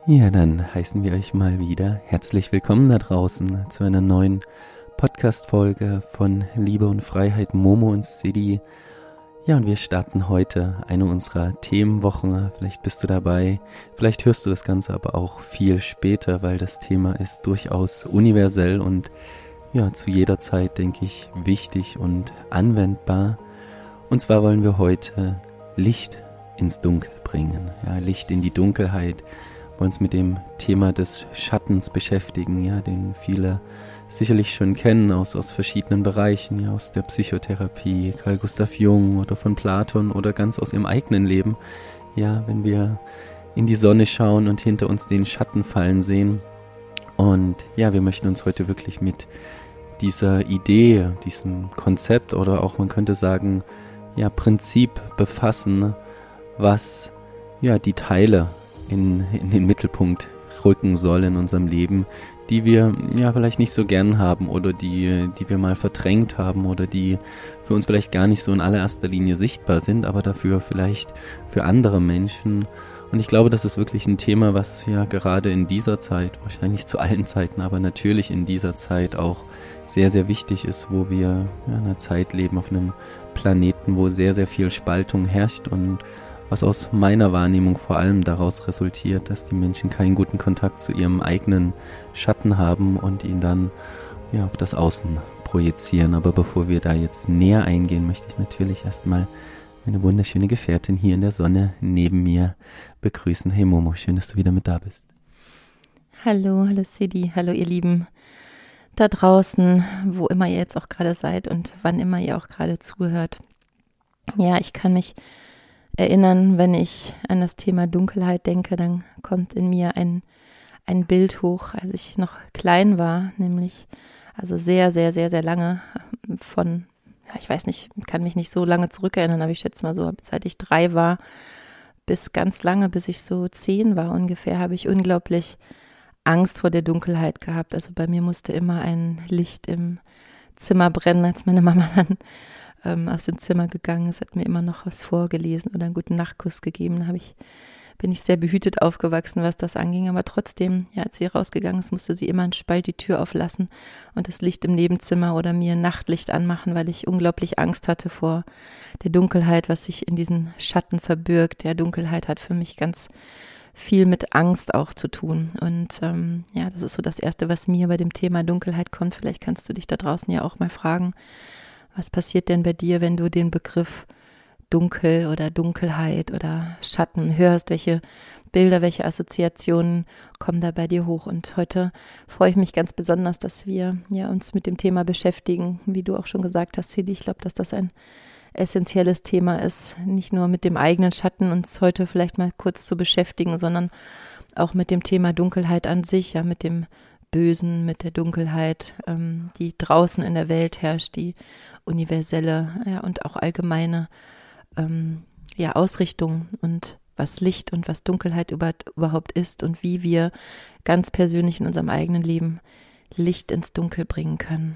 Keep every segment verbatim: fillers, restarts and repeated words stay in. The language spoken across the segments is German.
Ja, dann heißen wir euch mal wieder herzlich willkommen da draußen zu einer neuen Podcast-Folge von Liebe und Freiheit, Momo und Siddhi. Ja, und wir starten heute eine unserer Themenwochen. Vielleicht bist du dabei, vielleicht hörst du das Ganze aber auch viel später, weil das Thema ist durchaus universell und ja, zu jeder Zeit, denke ich, wichtig und anwendbar. Und zwar wollen wir heute Licht ins Dunkel bringen, ja, Licht in die Dunkelheit. Wir wollen uns mit dem Thema des Schattens beschäftigen, ja, den viele sicherlich schon kennen aus, aus verschiedenen Bereichen, ja, aus der Psychotherapie, Carl Gustav Jung oder von Platon oder ganz aus ihrem eigenen Leben. Ja, wenn wir in die Sonne schauen und hinter uns den Schatten fallen sehen. Und ja, wir möchten uns heute wirklich mit dieser Idee, diesem Konzept oder auch, man könnte sagen, ja, Prinzip befassen, was ja die Teile in, in den Mittelpunkt rücken soll in unserem Leben, die wir ja vielleicht nicht so gern haben oder die, die wir mal verdrängt haben oder die für uns vielleicht gar nicht so in allererster Linie sichtbar sind, aber dafür vielleicht für andere Menschen. Und ich glaube, das ist wirklich ein Thema, was ja gerade in dieser Zeit, wahrscheinlich zu allen Zeiten, aber natürlich in dieser Zeit auch sehr, sehr wichtig ist, wo wir ja, in einer Zeit leben auf einem Planeten, wo sehr, sehr viel Spaltung herrscht und was aus meiner Wahrnehmung vor allem daraus resultiert, dass die Menschen keinen guten Kontakt zu ihrem eigenen Schatten haben und ihn dann ja, auf das Außen projizieren. Aber bevor wir da jetzt näher eingehen, möchte ich natürlich erstmal meine wunderschöne Gefährtin hier in der Sonne neben mir begrüßen. Hey Momo, schön, dass du wieder mit da bist. Hallo, hallo Siddhi, hallo ihr Lieben da draußen, wo immer ihr jetzt auch gerade seid und wann immer ihr auch gerade zuhört. Ja, ich kann mich erinnern, wenn ich an das Thema Dunkelheit denke, dann kommt in mir ein, ein Bild hoch, als ich noch klein war, nämlich also sehr, sehr, sehr, sehr lange von, ja, ich weiß nicht, kann mich nicht so lange zurückerinnern, aber ich schätze mal so, seit ich drei war, bis ganz lange, bis ich so zehn war ungefähr, habe ich unglaublich Angst vor der Dunkelheit gehabt. Also bei mir musste immer ein Licht im Zimmer brennen, als meine Mama dann ähm, aus dem Zimmer gegangen ist, hat mir immer noch was vorgelesen oder einen guten Nachtkuss gegeben. Da habe ich, bin ich sehr behütet aufgewachsen, was das anging. Aber trotzdem, ja, als sie rausgegangen ist, musste sie immer einen Spalt die Tür auflassen und das Licht im Nebenzimmer oder mir ein Nachtlicht anmachen, weil ich unglaublich Angst hatte vor der Dunkelheit, was sich in diesen Schatten verbirgt. Ja, Dunkelheit hat für mich ganz viel mit Angst auch zu tun. Und ähm, ja, das ist so das Erste, was mir bei dem Thema Dunkelheit kommt. Vielleicht kannst du dich da draußen ja auch mal fragen, was passiert denn bei dir, wenn du den Begriff Dunkel oder Dunkelheit oder Schatten hörst? Welche Bilder, welche Assoziationen kommen da bei dir hoch? Und heute freue ich mich ganz besonders, dass wir ja, uns mit dem Thema beschäftigen. Wie du auch schon gesagt hast, Siddhi, ich glaube, dass das ein essentielles Thema ist, nicht nur mit dem eigenen Schatten uns heute vielleicht mal kurz zu beschäftigen, sondern auch mit dem Thema Dunkelheit an sich, ja, mit dem Bösen, mit der Dunkelheit, ähm, die draußen in der Welt herrscht, die universelle, ja, und auch allgemeine ähm, ja, Ausrichtung und was Licht und was Dunkelheit über, überhaupt ist und wie wir ganz persönlich in unserem eigenen Leben Licht ins Dunkel bringen können.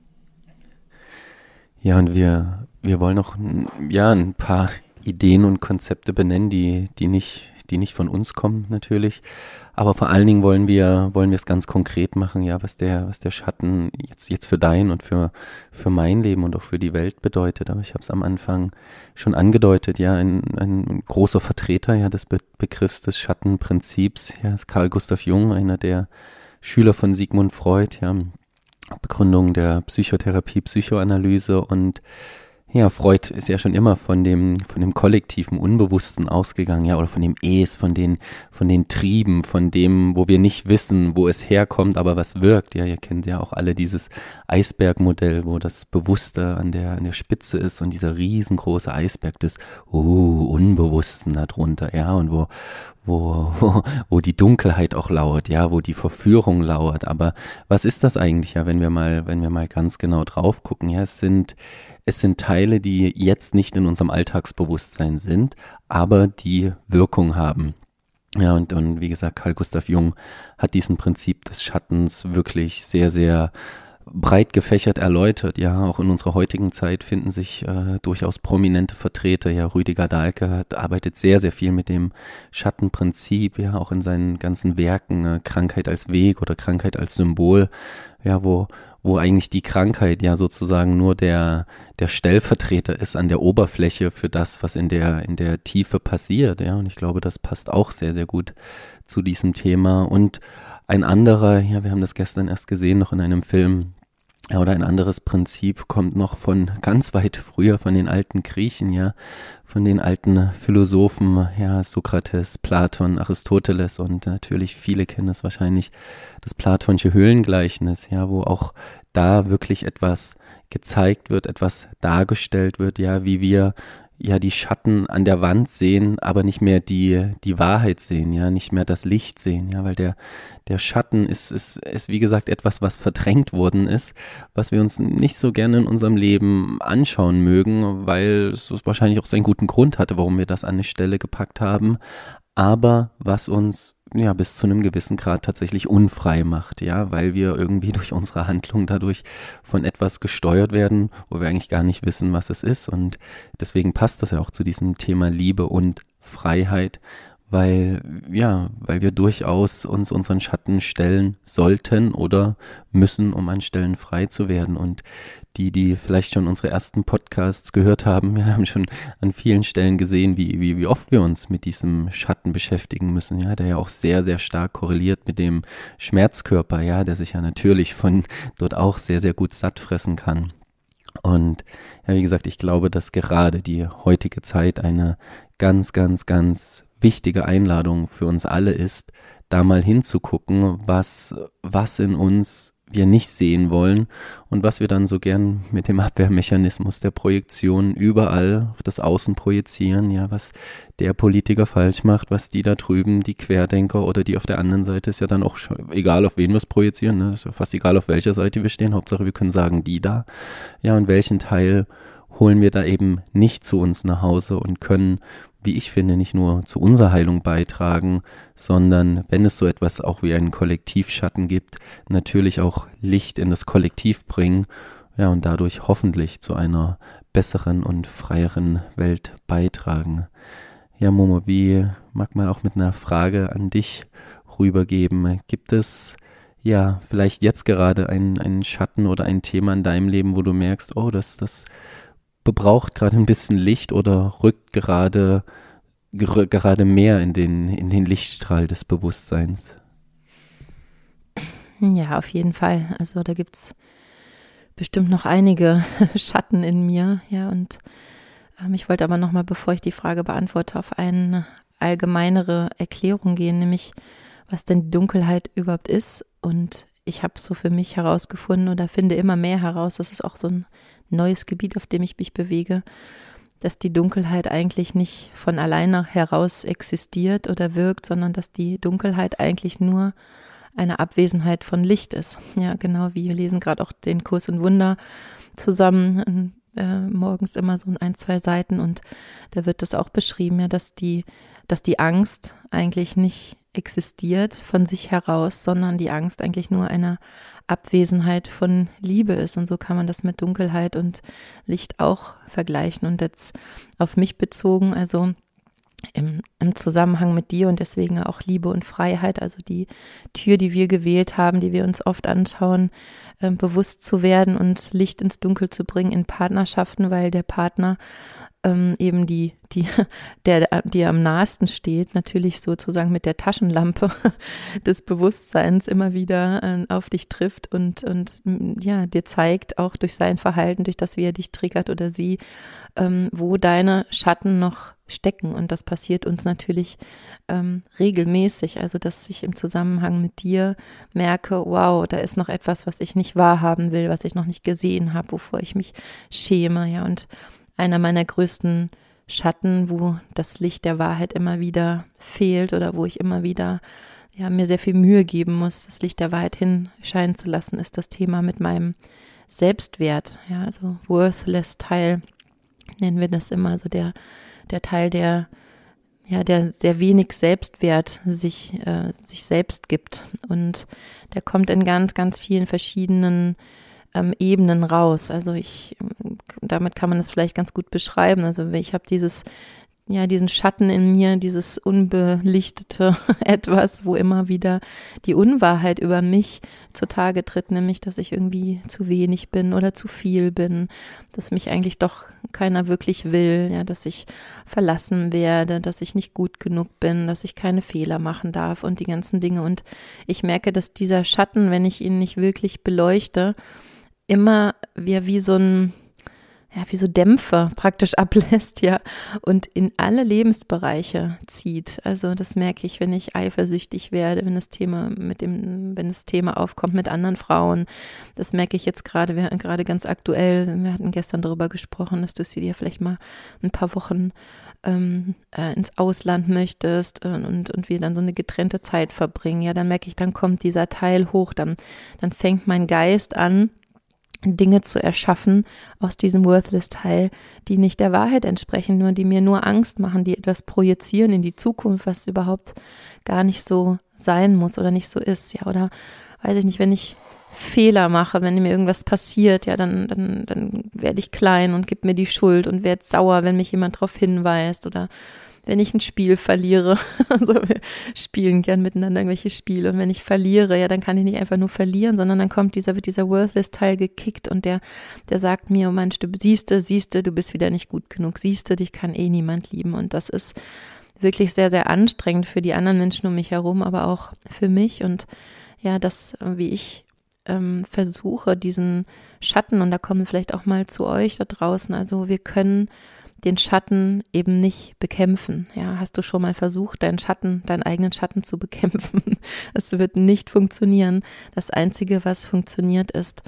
Ja, und wir, wir wollen noch ja, ein paar Ideen und Konzepte benennen, die, die nicht, die nicht von uns kommen natürlich. Aber vor allen Dingen wollen wir, wollen wir es ganz konkret machen, ja, was der, was der Schatten jetzt, jetzt für dein und für, für mein Leben und auch für die Welt bedeutet. Aber ich habe es am Anfang schon angedeutet, ja, ein, ein großer Vertreter, ja, des Be- Begriffs des Schattenprinzips, ja, ist Carl Gustav Jung, einer der Schüler von Sigmund Freud, ja, Begründung der Psychotherapie, Psychoanalyse. Und ja, Freud ist ja schon immer von dem, von dem kollektiven Unbewussten ausgegangen, ja, oder von dem Es, von den, von den Trieben, von dem, wo wir nicht wissen, wo es herkommt, aber was wirkt. Ja, ihr kennt ja auch alle dieses Eisbergmodell, wo das Bewusste an der, an der Spitze ist und dieser riesengroße Eisberg des, uh, Unbewussten darunter, ja, und wo, wo, wo, wo die Dunkelheit auch lauert, ja, wo die Verführung lauert. Aber was ist das eigentlich, ja, wenn wir mal, wenn wir mal ganz genau drauf gucken, ja, es sind, es sind Teile, die jetzt nicht in unserem Alltagsbewusstsein sind, aber die Wirkung haben. Ja, und, und wie gesagt, Carl Gustav Jung hat diesen Prinzip des Schattens wirklich sehr, sehr breit gefächert erläutert. Ja, auch in unserer heutigen Zeit finden sich äh, durchaus prominente Vertreter. Ja, Rüdiger Dahlke hat, arbeitet sehr, sehr viel mit dem Schattenprinzip, ja, auch in seinen ganzen Werken, äh, Krankheit als Weg oder Krankheit als Symbol, ja, wo wo eigentlich die Krankheit ja sozusagen nur der der Stellvertreter ist an der Oberfläche für das, was in der in der Tiefe passiert, ja, und ich glaube, das passt auch sehr, sehr gut zu diesem Thema. Und ein anderer, ja, wir haben das gestern erst gesehen, noch in einem Film, ja, oder ein anderes Prinzip kommt noch von ganz weit früher, von den alten Griechen, ja, von den alten Philosophen, ja, Sokrates, Platon, Aristoteles und natürlich viele kennen es wahrscheinlich, das platonische Höhlengleichnis, ja, wo auch da wirklich etwas gezeigt wird, etwas dargestellt wird, ja, wie wir ja die Schatten an der Wand sehen, aber nicht mehr die die Wahrheit sehen, ja, nicht mehr das Licht sehen, ja, weil der der Schatten ist ist ist wie gesagt etwas, was verdrängt worden ist, was wir uns nicht so gerne in unserem Leben anschauen mögen, weil es wahrscheinlich auch seinen guten Grund hatte, warum wir das an eine Stelle gepackt haben, aber was uns ja bis zu einem gewissen Grad tatsächlich unfrei macht, ja, weil wir irgendwie durch unsere Handlung dadurch von etwas gesteuert werden, wo wir eigentlich gar nicht wissen, was es ist, und deswegen passt das ja auch zu diesem Thema Liebe und Freiheit, weil, ja, weil wir durchaus uns unseren Schatten stellen sollten oder müssen, um an Stellen frei zu werden. Und die, die vielleicht schon unsere ersten Podcasts gehört haben, wir haben schon an vielen Stellen gesehen, wie, wie, wie oft wir uns mit diesem Schatten beschäftigen müssen, ja, der ja auch sehr, sehr stark korreliert mit dem Schmerzkörper, ja, der sich ja natürlich von dort auch sehr, sehr gut satt fressen kann. Und ja, wie gesagt, ich glaube, dass gerade die heutige Zeit eine ganz, ganz, ganz wichtige Einladung für uns alle ist, da mal hinzugucken, was, was in uns wir nicht sehen wollen und was wir dann so gern mit dem Abwehrmechanismus der Projektion überall auf das Außen projizieren, ja, was der Politiker falsch macht, was die da drüben, die Querdenker oder die auf der anderen Seite, ist ja dann auch schon, egal auf wen wir es projizieren, ne, ist ja fast egal auf welcher Seite wir stehen, Hauptsache wir können sagen, die da, ja, und welchen Teil holen wir da eben nicht zu uns nach Hause und können, wie ich finde, nicht nur zu unserer Heilung beitragen, sondern wenn es so etwas auch wie einen Kollektivschatten gibt, natürlich auch Licht in das Kollektiv bringen, ja, und dadurch hoffentlich zu einer besseren und freieren Welt beitragen. Ja, Momo, wie mag man auch mit einer Frage an dich rübergeben? Gibt es ja vielleicht jetzt gerade einen, einen Schatten oder ein Thema in deinem Leben, wo du merkst, oh, das, das bebraucht gerade ein bisschen Licht oder rückt gerade ger- gerade mehr in den in den Lichtstrahl des Bewusstseins? Ja, auf jeden Fall. Also da gibt's bestimmt noch einige Schatten in mir, ja, und ähm, ich wollte aber nochmal, bevor ich die Frage beantworte, auf eine allgemeinere Erklärung gehen, nämlich was denn die Dunkelheit überhaupt ist. Und ich habe so für mich herausgefunden oder finde immer mehr heraus, das ist auch so ein neues Gebiet, auf dem ich mich bewege, dass die Dunkelheit eigentlich nicht von alleine heraus existiert oder wirkt, sondern dass die Dunkelheit eigentlich nur eine Abwesenheit von Licht ist. Ja, genau, wie wir lesen gerade auch den Kurs in Wunder zusammen, äh, morgens immer so in ein, zwei Seiten, und da wird das auch beschrieben, ja, dass die, dass die Angst eigentlich nicht existiert von sich heraus, sondern die Angst eigentlich nur eine Abwesenheit von Liebe ist. Und so kann man das mit Dunkelheit und Licht auch vergleichen. Und jetzt auf mich bezogen, also im, im Zusammenhang mit dir und deswegen auch Liebe und Freiheit, also die Tür, die wir gewählt haben, die wir uns oft anschauen, äh, bewusst zu werden und Licht ins Dunkel zu bringen in Partnerschaften, weil der Partner ähm, eben die, die, der, die am nahesten steht, natürlich sozusagen mit der Taschenlampe des Bewusstseins immer wieder äh, auf dich trifft und, und ja, dir zeigt, auch durch sein Verhalten, durch das, wie er dich triggert oder sie, ähm, wo deine Schatten noch stecken. Und das passiert uns natürlich ähm, regelmäßig, also dass ich im Zusammenhang mit dir merke, wow, da ist noch etwas, was ich nicht wahrhaben will, was ich noch nicht gesehen habe, wovor ich mich schäme, ja, und einer meiner größten Schatten, wo das Licht der Wahrheit immer wieder fehlt oder wo ich immer wieder ja, mir sehr viel Mühe geben muss, das Licht der Wahrheit hinscheinen zu lassen, ist das Thema mit meinem Selbstwert, ja, also worthless Teil nennen wir das immer, so der der Teil, der ja, der sehr wenig Selbstwert sich äh, sich selbst gibt, und der kommt in ganz, ganz vielen verschiedenen ähm, Ebenen raus. Also ich, damit kann man es vielleicht ganz gut beschreiben. Also ich habe dieses ja, diesen Schatten in mir, dieses unbelichtete Etwas, wo immer wieder die Unwahrheit über mich zutage tritt, nämlich, dass ich irgendwie zu wenig bin oder zu viel bin, dass mich eigentlich doch keiner wirklich will, ja, dass ich verlassen werde, dass ich nicht gut genug bin, dass ich keine Fehler machen darf und die ganzen Dinge. Und ich merke, dass dieser Schatten, wenn ich ihn nicht wirklich beleuchte, immer wie, wie so ein ja, wie so Dämpfe praktisch ablässt, ja, und in alle Lebensbereiche zieht. Also das merke ich, wenn ich eifersüchtig werde, wenn das Thema mit dem, wenn das Thema aufkommt mit anderen Frauen. Das merke ich jetzt gerade, wir gerade ganz aktuell, wir hatten gestern darüber gesprochen, dass du sie dir vielleicht mal ein paar Wochen ähm, äh, ins Ausland möchtest und, und, und wir dann so eine getrennte Zeit verbringen. Ja, dann merke ich, dann kommt dieser Teil hoch, dann, dann fängt mein Geist an, Dinge zu erschaffen aus diesem Worthless-Teil, die nicht der Wahrheit entsprechen, nur die mir nur Angst machen, die etwas projizieren in die Zukunft, was überhaupt gar nicht so sein muss oder nicht so ist, ja, oder weiß ich nicht, wenn ich Fehler mache, wenn mir irgendwas passiert, ja, dann, dann, dann werde ich klein und gebe mir die Schuld und werde sauer, wenn mich jemand darauf hinweist oder wenn ich ein Spiel verliere, also wir spielen gern miteinander irgendwelche Spiele und wenn ich verliere, ja, dann kann ich nicht einfach nur verlieren, sondern dann kommt dieser, wird dieser Worthless-Teil gekickt und der, der sagt mir, oh Mensch, du siehste, siehste, du bist wieder nicht gut genug, siehste, dich kann eh niemand lieben und das ist wirklich sehr, sehr anstrengend für die anderen Menschen um mich herum, aber auch für mich und ja, das, wie ich ähm, versuche, diesen Schatten und da kommen wir vielleicht auch mal zu euch da draußen, also wir können den Schatten eben nicht bekämpfen. Ja, hast du schon mal versucht, deinen Schatten, deinen eigenen Schatten zu bekämpfen? Es wird nicht funktionieren. Das Einzige, was funktioniert, ist,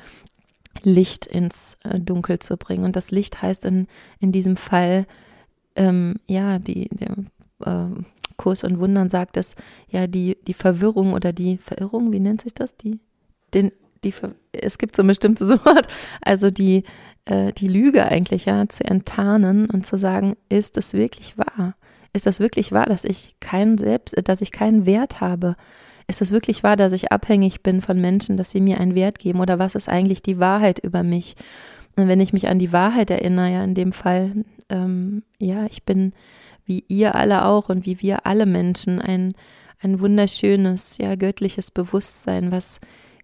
Licht ins äh, Dunkel zu bringen. Und das Licht heißt in, in diesem Fall, ähm, ja, die, der äh, Kurs in Wundern sagt es, ja, die, die Verwirrung oder die Verirrung, wie nennt sich das? Die, den, die, es gibt so ein bestimmtes Wort, also die, die Lüge eigentlich, ja, zu enttarnen und zu sagen, ist das wirklich wahr? Ist das wirklich wahr, dass ich keinen Selbst, dass ich keinen Wert habe? Ist es wirklich wahr, dass ich abhängig bin von Menschen, dass sie mir einen Wert geben? Oder was ist eigentlich die Wahrheit über mich? Und wenn ich mich an die Wahrheit erinnere, ja, in dem Fall, ähm, ja, ich bin wie ihr alle auch und wie wir alle Menschen ein, ein wunderschönes, ja, göttliches Bewusstsein, was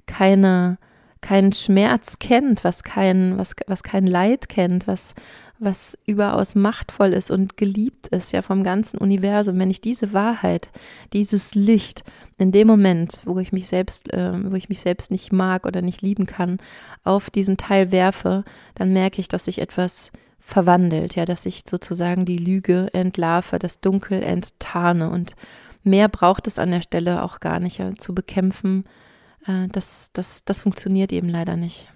keine keinen Schmerz kennt, was kein, was, was kein Leid kennt, was, was überaus machtvoll ist und geliebt ist, ja, vom ganzen Universum. Wenn ich diese Wahrheit, dieses Licht in dem Moment, wo ich mich selbst, äh, wo ich mich selbst nicht mag oder nicht lieben kann, auf diesen Teil werfe, dann merke ich, dass sich etwas verwandelt, ja, dass ich sozusagen die Lüge entlarve, das Dunkel enttarne und mehr braucht es an der Stelle auch gar nicht, ja, zu bekämpfen. Das, das, das funktioniert eben leider nicht.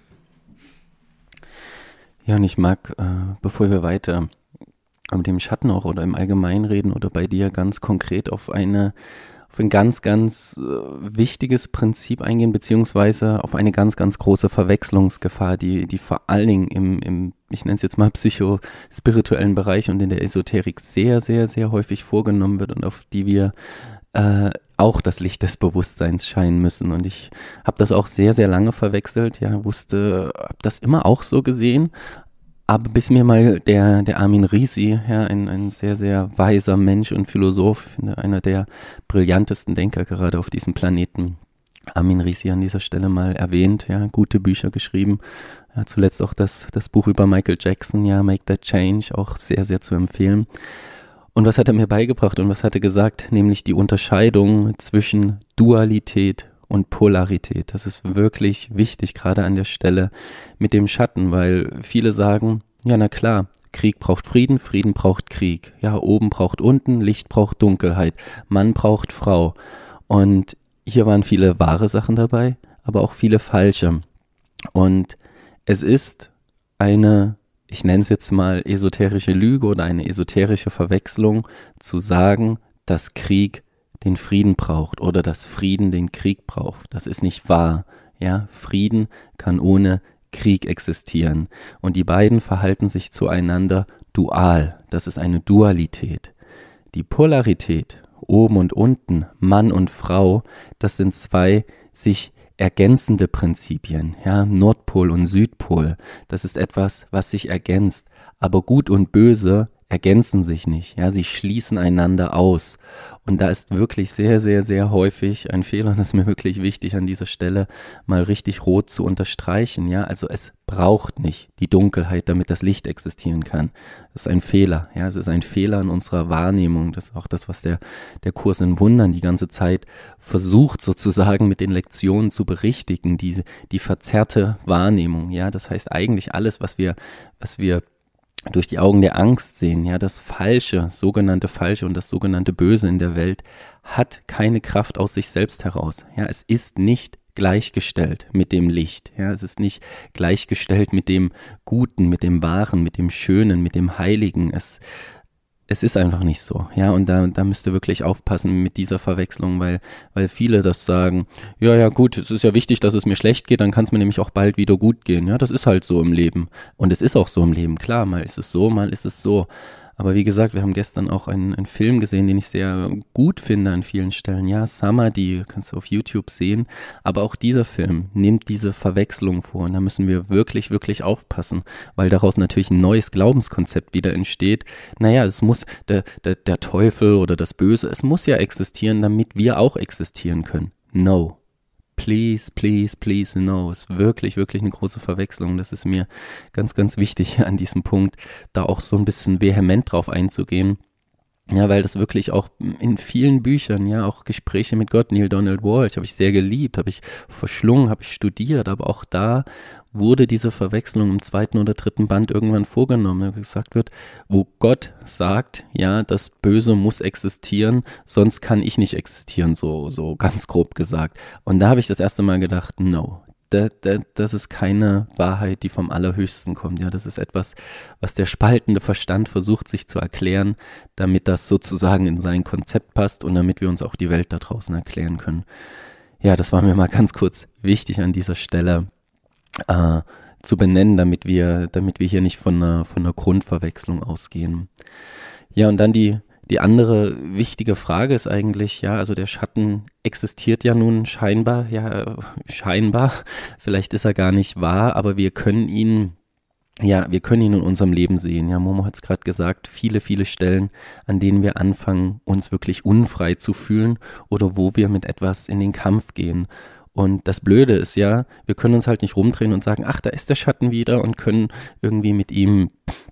Ja, und ich mag, äh, bevor wir weiter mit dem Schatten auch oder im Allgemeinen reden oder bei dir ganz konkret auf eine, auf ein ganz, ganz äh, wichtiges Prinzip eingehen, beziehungsweise auf eine ganz, ganz große Verwechslungsgefahr, die, die vor allen Dingen im, im, ich nenne es jetzt mal psychospirituellen Bereich und in der Esoterik sehr, sehr, sehr häufig vorgenommen wird und auf die wir äh, auch das Licht des Bewusstseins scheinen müssen. Und ich habe das auch sehr, sehr lange verwechselt, ja, wusste, habe das immer auch so gesehen, aber bis mir mal der, der Armin Risi, ja, ein, ein sehr, sehr weiser Mensch und Philosoph, einer der brillantesten Denker gerade auf diesem Planeten, Armin Risi an dieser Stelle mal erwähnt, ja, gute Bücher geschrieben, ja, zuletzt auch das, das Buch über Michael Jackson, ja, Make That Change, auch sehr, sehr zu empfehlen. Und was hat er mir beigebracht und was hat er gesagt? Nämlich die Unterscheidung zwischen Dualität und Polarität. Das ist wirklich wichtig, gerade an der Stelle mit dem Schatten, weil viele sagen, ja, na klar, Krieg braucht Frieden, Frieden braucht Krieg. Ja, oben braucht unten, Licht braucht Dunkelheit, Mann braucht Frau. Und hier waren viele wahre Sachen dabei, aber auch viele falsche. Und es ist eine, ich nenne es jetzt mal esoterische Lüge oder eine esoterische Verwechslung, zu sagen, dass Krieg den Frieden braucht oder dass Frieden den Krieg braucht. Das ist nicht wahr. Ja, Frieden kann ohne Krieg existieren. Und die beiden verhalten sich zueinander dual. Das ist eine Dualität. Die Polarität, oben und unten, Mann und Frau, das sind zwei sich ergänzende Prinzipien, ja, Nordpol und Südpol, das ist etwas, was sich ergänzt, aber Gut und Böse ergänzen sich nicht, ja, sie schließen einander aus. Und da ist wirklich sehr, sehr, sehr häufig ein Fehler, und das ist mir wirklich wichtig an dieser Stelle mal richtig rot zu unterstreichen, ja, also es braucht nicht die Dunkelheit, damit das Licht existieren kann. Das ist ein Fehler, ja, es ist ein Fehler in unserer Wahrnehmung, das ist auch das, was der, der Kurs in Wundern die ganze Zeit versucht sozusagen mit den Lektionen zu berichtigen, diese, die verzerrte Wahrnehmung, ja, das heißt eigentlich alles, was wir, was wir durch die Augen der Angst sehen, ja, das Falsche, sogenannte Falsche und das sogenannte Böse in der Welt hat keine Kraft aus sich selbst heraus. Ja, es ist nicht gleichgestellt mit dem Licht. Ja, es ist nicht gleichgestellt mit dem Guten, mit dem Wahren, mit dem Schönen, mit dem Heiligen. Es Es ist einfach nicht so, ja, und da, da müsst ihr wirklich aufpassen mit dieser Verwechslung, weil, weil viele das sagen, ja, ja, gut, es ist ja wichtig, dass es mir schlecht geht, dann kann es mir nämlich auch bald wieder gut gehen, ja, das ist halt so im Leben und es ist auch so im Leben, klar, mal ist es so, mal ist es so, aber wie gesagt, wir haben gestern auch einen, einen Film gesehen, den ich sehr gut finde an vielen Stellen, ja, Samadhi, kannst du auf YouTube sehen, aber auch dieser Film nimmt diese Verwechslung vor und da müssen wir wirklich, wirklich aufpassen, weil daraus natürlich ein neues Glaubenskonzept wieder entsteht. Naja, es muss, der, der, der Teufel oder das Böse, es muss ja existieren, damit wir auch existieren können. No. Please, please, please, no. Ist wirklich, wirklich eine große Verwechslung. Das ist mir ganz, ganz wichtig an diesem Punkt, da auch so ein bisschen vehement drauf einzugehen. Ja, weil das wirklich auch in vielen Büchern, ja, auch Gespräche mit Gott, Neil Donald Walsch, habe ich sehr geliebt, habe ich verschlungen, habe ich studiert, aber auch da wurde diese Verwechslung im zweiten oder dritten Band irgendwann vorgenommen, wo gesagt wird, wo Gott sagt, ja, das Böse muss existieren, sonst kann ich nicht existieren, so, so ganz grob gesagt. Und da habe ich das erste Mal gedacht, no. Das, das, das ist keine Wahrheit, die vom Allerhöchsten kommt. Ja, das ist etwas, was der spaltende Verstand versucht, sich zu erklären, damit das sozusagen in sein Konzept passt und damit wir uns auch die Welt da draußen erklären können. Ja, das war mir mal ganz kurz wichtig an dieser Stelle äh, zu benennen, damit wir, damit wir hier nicht von einer, von einer Grundverwechslung ausgehen. Ja, und dann die Die andere wichtige Frage ist eigentlich, ja, also der Schatten existiert ja nun scheinbar, ja, scheinbar, vielleicht ist er gar nicht wahr, aber wir können ihn, ja, wir können ihn in unserem Leben sehen. Ja, Momo hat es gerade gesagt, viele, viele Stellen, an denen wir anfangen, uns wirklich unfrei zu fühlen oder wo wir mit etwas in den Kampf gehen. Und das Blöde ist ja, wir können uns halt nicht rumdrehen und sagen, ach, da ist der Schatten wieder und können irgendwie mit ihm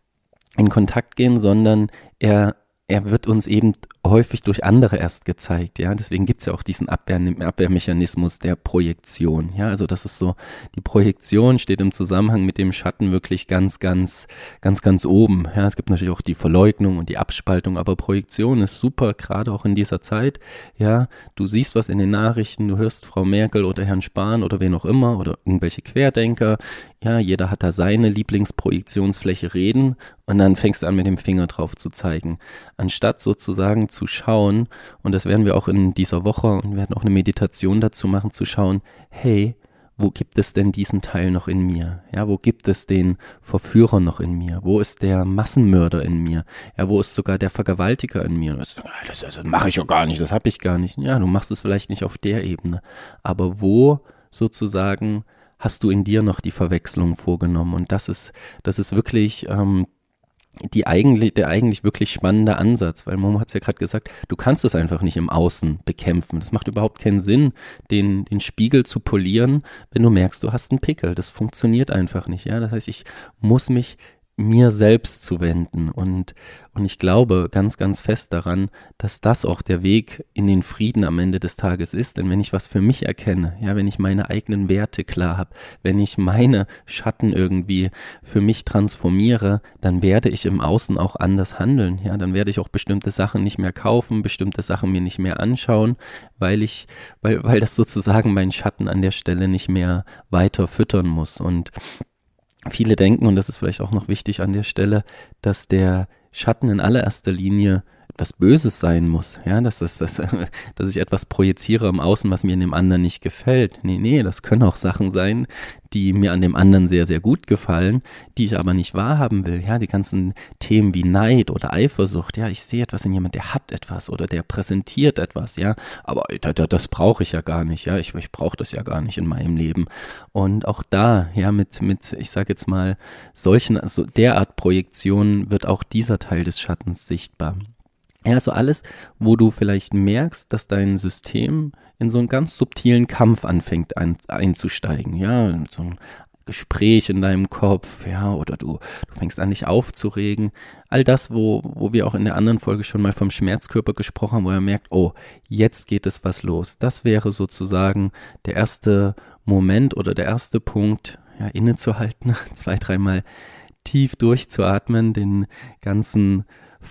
in Kontakt gehen, sondern er Er wird uns eben häufig durch andere erst gezeigt, ja, deswegen gibt es ja auch diesen Abwehr, Abwehrmechanismus der Projektion, ja, also das ist so, die Projektion steht im Zusammenhang mit dem Schatten wirklich ganz, ganz, ganz, ganz oben, ja, es gibt natürlich auch die Verleugnung und die Abspaltung, aber Projektion ist super, gerade auch in dieser Zeit, ja, du siehst was in den Nachrichten, du hörst Frau Merkel oder Herrn Spahn oder wen auch immer oder irgendwelche Querdenker, ja, jeder hat da seine Lieblingsprojektionsfläche reden und dann fängst du an mit dem Finger drauf zu zeigen, anstatt sozusagen zu schauen, und das werden wir auch in dieser Woche und wir werden auch eine Meditation dazu machen, zu schauen, hey, wo gibt es denn diesen Teil noch in mir? Ja, wo gibt es den Verführer noch in mir? Wo ist der Massenmörder in mir? Ja, wo ist sogar der Vergewaltiger in mir? Das, das, das mache ich ja gar nicht, das habe ich gar nicht. Ja, du machst es vielleicht nicht auf der Ebene, aber wo sozusagen hast du in dir noch die Verwechslung vorgenommen? Und das ist, das ist wirklich ähm, die eigentlich, der eigentlich wirklich spannende Ansatz, weil Momo hat es ja gerade gesagt, du kannst es einfach nicht im Außen bekämpfen. Das macht überhaupt keinen Sinn, den, den Spiegel zu polieren, wenn du merkst, du hast einen Pickel. Das funktioniert einfach nicht. Ja, das heißt, ich muss mich mir selbst zuwenden und, und ich glaube ganz, ganz fest daran, dass das auch der Weg in den Frieden am Ende des Tages ist, denn wenn ich was für mich erkenne, ja, wenn ich meine eigenen Werte klar habe, wenn ich meine Schatten irgendwie für mich transformiere, dann werde ich im Außen auch anders handeln, ja, dann werde ich auch bestimmte Sachen nicht mehr kaufen, bestimmte Sachen mir nicht mehr anschauen, weil ich, weil, weil das sozusagen mein Schatten an der Stelle nicht mehr weiter füttern muss. Und viele denken, und das ist vielleicht auch noch wichtig an der Stelle, dass der Schatten in allererster Linie etwas Böses sein muss, ja, dass, das, das, dass ich etwas projiziere im Außen, was mir in dem anderen nicht gefällt. Nee, nee, das können auch Sachen sein, die mir an dem anderen sehr, sehr gut gefallen, die ich aber nicht wahrhaben will. Ja, die ganzen Themen wie Neid oder Eifersucht, ja, ich sehe etwas in jemand, der hat etwas oder der präsentiert etwas, ja, aber das, das brauche ich ja gar nicht, ja, ich, ich brauche das ja gar nicht in meinem Leben. Und auch da, ja, mit, mit, ich sage jetzt mal, solchen, also derart Projektionen wird auch dieser Teil des Schattens sichtbar. Ja, also alles, wo du vielleicht merkst, dass dein System in so einen ganz subtilen Kampf anfängt ein, einzusteigen, ja, so ein Gespräch in deinem Kopf, ja, oder du, du fängst an, dich aufzuregen. All das, wo, wo wir auch in der anderen Folge schon mal vom Schmerzkörper gesprochen haben, wo er merkt, oh, jetzt geht es was los. Das wäre sozusagen der erste Moment oder der erste Punkt, ja, innezuhalten, zwei, dreimal tief durchzuatmen, den ganzen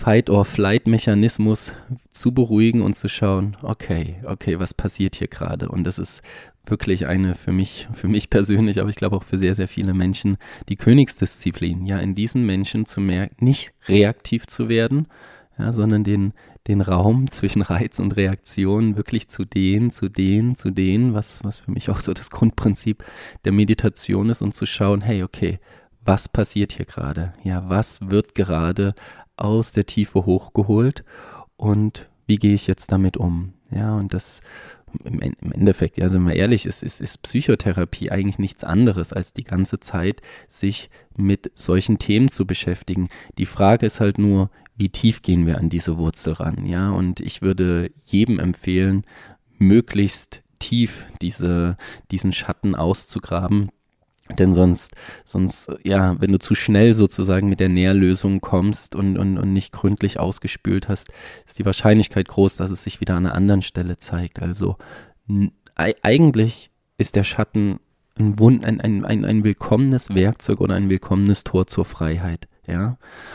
Fight-or-Flight-Mechanismus zu beruhigen und zu schauen, okay, okay, was passiert hier gerade? Und das ist wirklich eine für mich, für mich persönlich, aber ich glaube auch für sehr, sehr viele Menschen, die Königsdisziplin, ja, in diesen Menschen zu merken, nicht reaktiv zu werden, ja, sondern den, den Raum zwischen Reiz und Reaktion wirklich zu dehnen, zu dehnen, zu dehnen, was, was für mich auch so das Grundprinzip der Meditation ist und zu schauen, hey, okay, was passiert hier gerade? Ja, was wird gerade aus der Tiefe hochgeholt und wie gehe ich jetzt damit um? Ja, und das im, im Endeffekt, ja, sind wir ehrlich, ist, ist, ist Psychotherapie eigentlich nichts anderes, als die ganze Zeit sich mit solchen Themen zu beschäftigen. Die Frage ist halt nur, wie tief gehen wir an diese Wurzel ran? Ja, und ich würde jedem empfehlen, möglichst tief diese, diesen Schatten auszugraben. Denn sonst, sonst, ja, wenn du zu schnell sozusagen mit der Nährlösung kommst und, und, und nicht gründlich ausgespült hast, ist die Wahrscheinlichkeit groß, dass es sich wieder an einer anderen Stelle zeigt. Also n- eigentlich ist der Schatten ein, Wund, ein, ein, ein, ein willkommenes Werkzeug oder ein willkommenes Tor zur Freiheit, ja.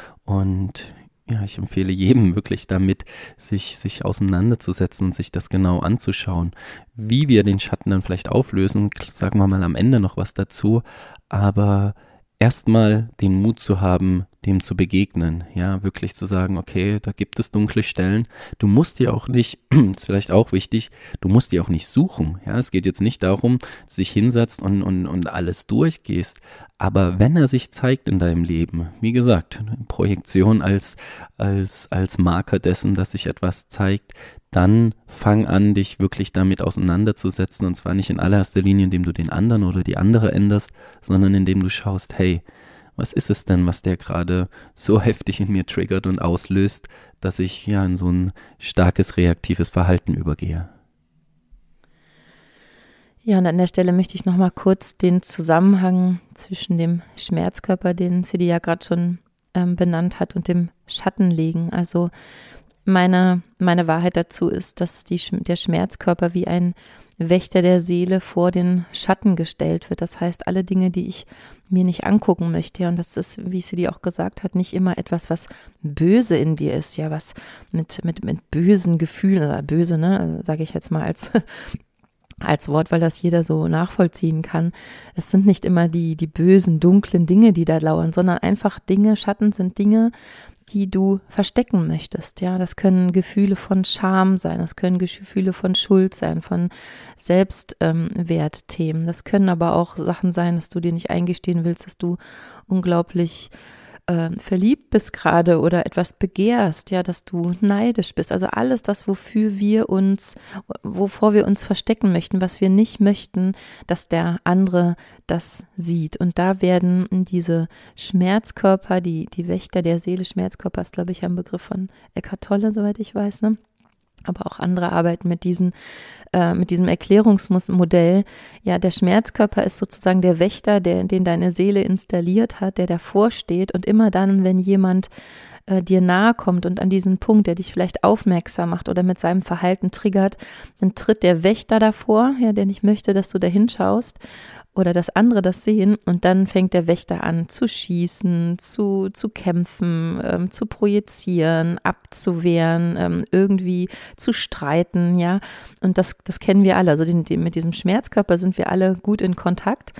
Und ja, ich empfehle jedem wirklich damit, sich, sich auseinanderzusetzen und sich das genau anzuschauen. Wie wir den Schatten dann vielleicht auflösen, sagen wir mal am Ende noch was dazu, aber erstmal den Mut zu haben, dem zu begegnen, ja, wirklich zu sagen, okay, da gibt es dunkle Stellen. Du musst dir auch nicht, ist vielleicht auch wichtig, du musst die auch nicht suchen, ja, es geht jetzt nicht darum, dass du dich hinsetzt und, und, und alles durchgehst, aber wenn er sich zeigt in deinem Leben, wie gesagt, Projektion als, als, als Marker dessen, dass sich etwas zeigt, dann fang an, dich wirklich damit auseinanderzusetzen, und zwar nicht in allererster Linie, indem du den anderen oder die andere änderst, sondern indem du schaust, hey, was ist es denn, was der gerade so heftig in mir triggert und auslöst, dass ich ja in so ein starkes reaktives Verhalten übergehe. Ja, und an der Stelle möchte ich nochmal kurz den Zusammenhang zwischen dem Schmerzkörper, den Siddhi ja gerade schon ähm, benannt hat, und dem Schatten legen. Also meine, meine Wahrheit dazu ist, dass die, der Schmerzkörper wie ein Wächter der Seele vor den Schatten gestellt wird. Das heißt, alle Dinge, die ich mir nicht angucken möchte, ja, und das ist, wie Siddhi auch gesagt hat, nicht immer etwas, was böse in dir ist, ja, was mit, mit, mit bösen Gefühlen, oder böse, ne, sage ich jetzt mal als als Wort, weil das jeder so nachvollziehen kann. Es sind nicht immer die, die bösen, dunklen Dinge, die da lauern, sondern einfach Dinge, Schatten sind Dinge, die du verstecken möchtest. Ja, das können Gefühle von Scham sein, das können Gefühle von Schuld sein, von Selbstwertthemen. Ähm, das können aber auch Sachen sein, dass du dir nicht eingestehen willst, dass du unglaublich äh, verliebt bist gerade oder etwas begehrst, ja, dass du neidisch bist. Also alles das, wofür wir uns, wovor wir uns verstecken möchten, was wir nicht möchten, dass der andere das sieht. Und da werden diese Schmerzkörper, die, die Wächter der Seele, Schmerzkörper ist, glaube ich, ein Begriff von Eckhart Tolle, soweit ich weiß, ne? Aber auch andere arbeiten mit diesen, äh, mit diesem Erklärungsmodell. Ja, der Schmerzkörper ist sozusagen der Wächter, der, den deine Seele installiert hat, der davor steht, und immer dann, wenn jemand äh, dir nahe kommt und an diesen Punkt, der dich vielleicht aufmerksam macht oder mit seinem Verhalten triggert, dann tritt der Wächter davor, ja, der nicht möchte, dass du da hinschaust oder dass andere das sehen, und dann fängt der Wächter an zu schießen, zu, zu kämpfen, ähm, zu projizieren, abzuwehren, ähm, irgendwie zu streiten, ja, und das, das kennen wir alle, also den, den, mit diesem Schmerzkörper sind wir alle gut in Kontakt,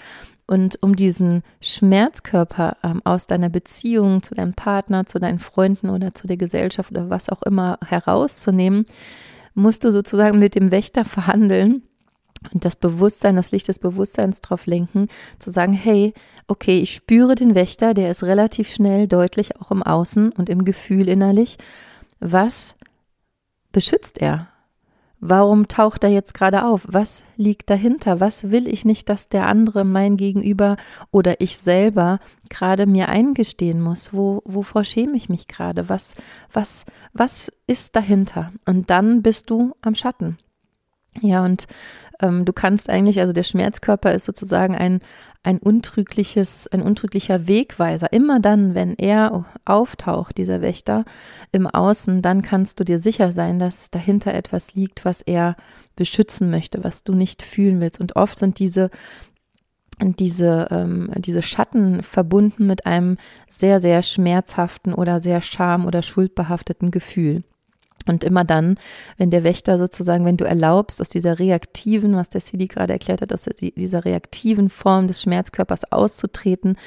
Und um diesen Schmerzkörper ähm, aus deiner Beziehung zu deinem Partner, zu deinen Freunden oder zu der Gesellschaft oder was auch immer herauszunehmen, musst du sozusagen mit dem Wächter verhandeln und das Bewusstsein, das Licht des Bewusstseins drauf lenken, zu sagen, hey, okay, ich spüre den Wächter, der ist relativ schnell, deutlich auch im Außen und im Gefühl innerlich. Was beschützt er? Warum taucht er jetzt gerade auf? Was liegt dahinter? Was will ich nicht, dass der andere, mein Gegenüber oder ich selber gerade mir eingestehen muss? Wo, wovor schäme ich mich gerade? Was, was, was ist dahinter? Und dann bist du am Schatten. Ja, und ähm, du kannst eigentlich, also der Schmerzkörper ist sozusagen ein, ein untrügliches, ein untrüglicher Wegweiser. Immer dann, wenn er auftaucht, dieser Wächter im Außen, dann kannst du dir sicher sein, dass dahinter etwas liegt, was er beschützen möchte, was du nicht fühlen willst. Und oft sind diese diese, ähm, diese Schatten verbunden mit einem sehr, sehr schmerzhaften oder sehr scham- oder schuldbehafteten Gefühl. Und immer dann, wenn der Wächter sozusagen, wenn du erlaubst, aus dieser reaktiven, was der Siddhi gerade erklärt hat, aus dieser reaktiven Form des Schmerzkörpers auszutreten,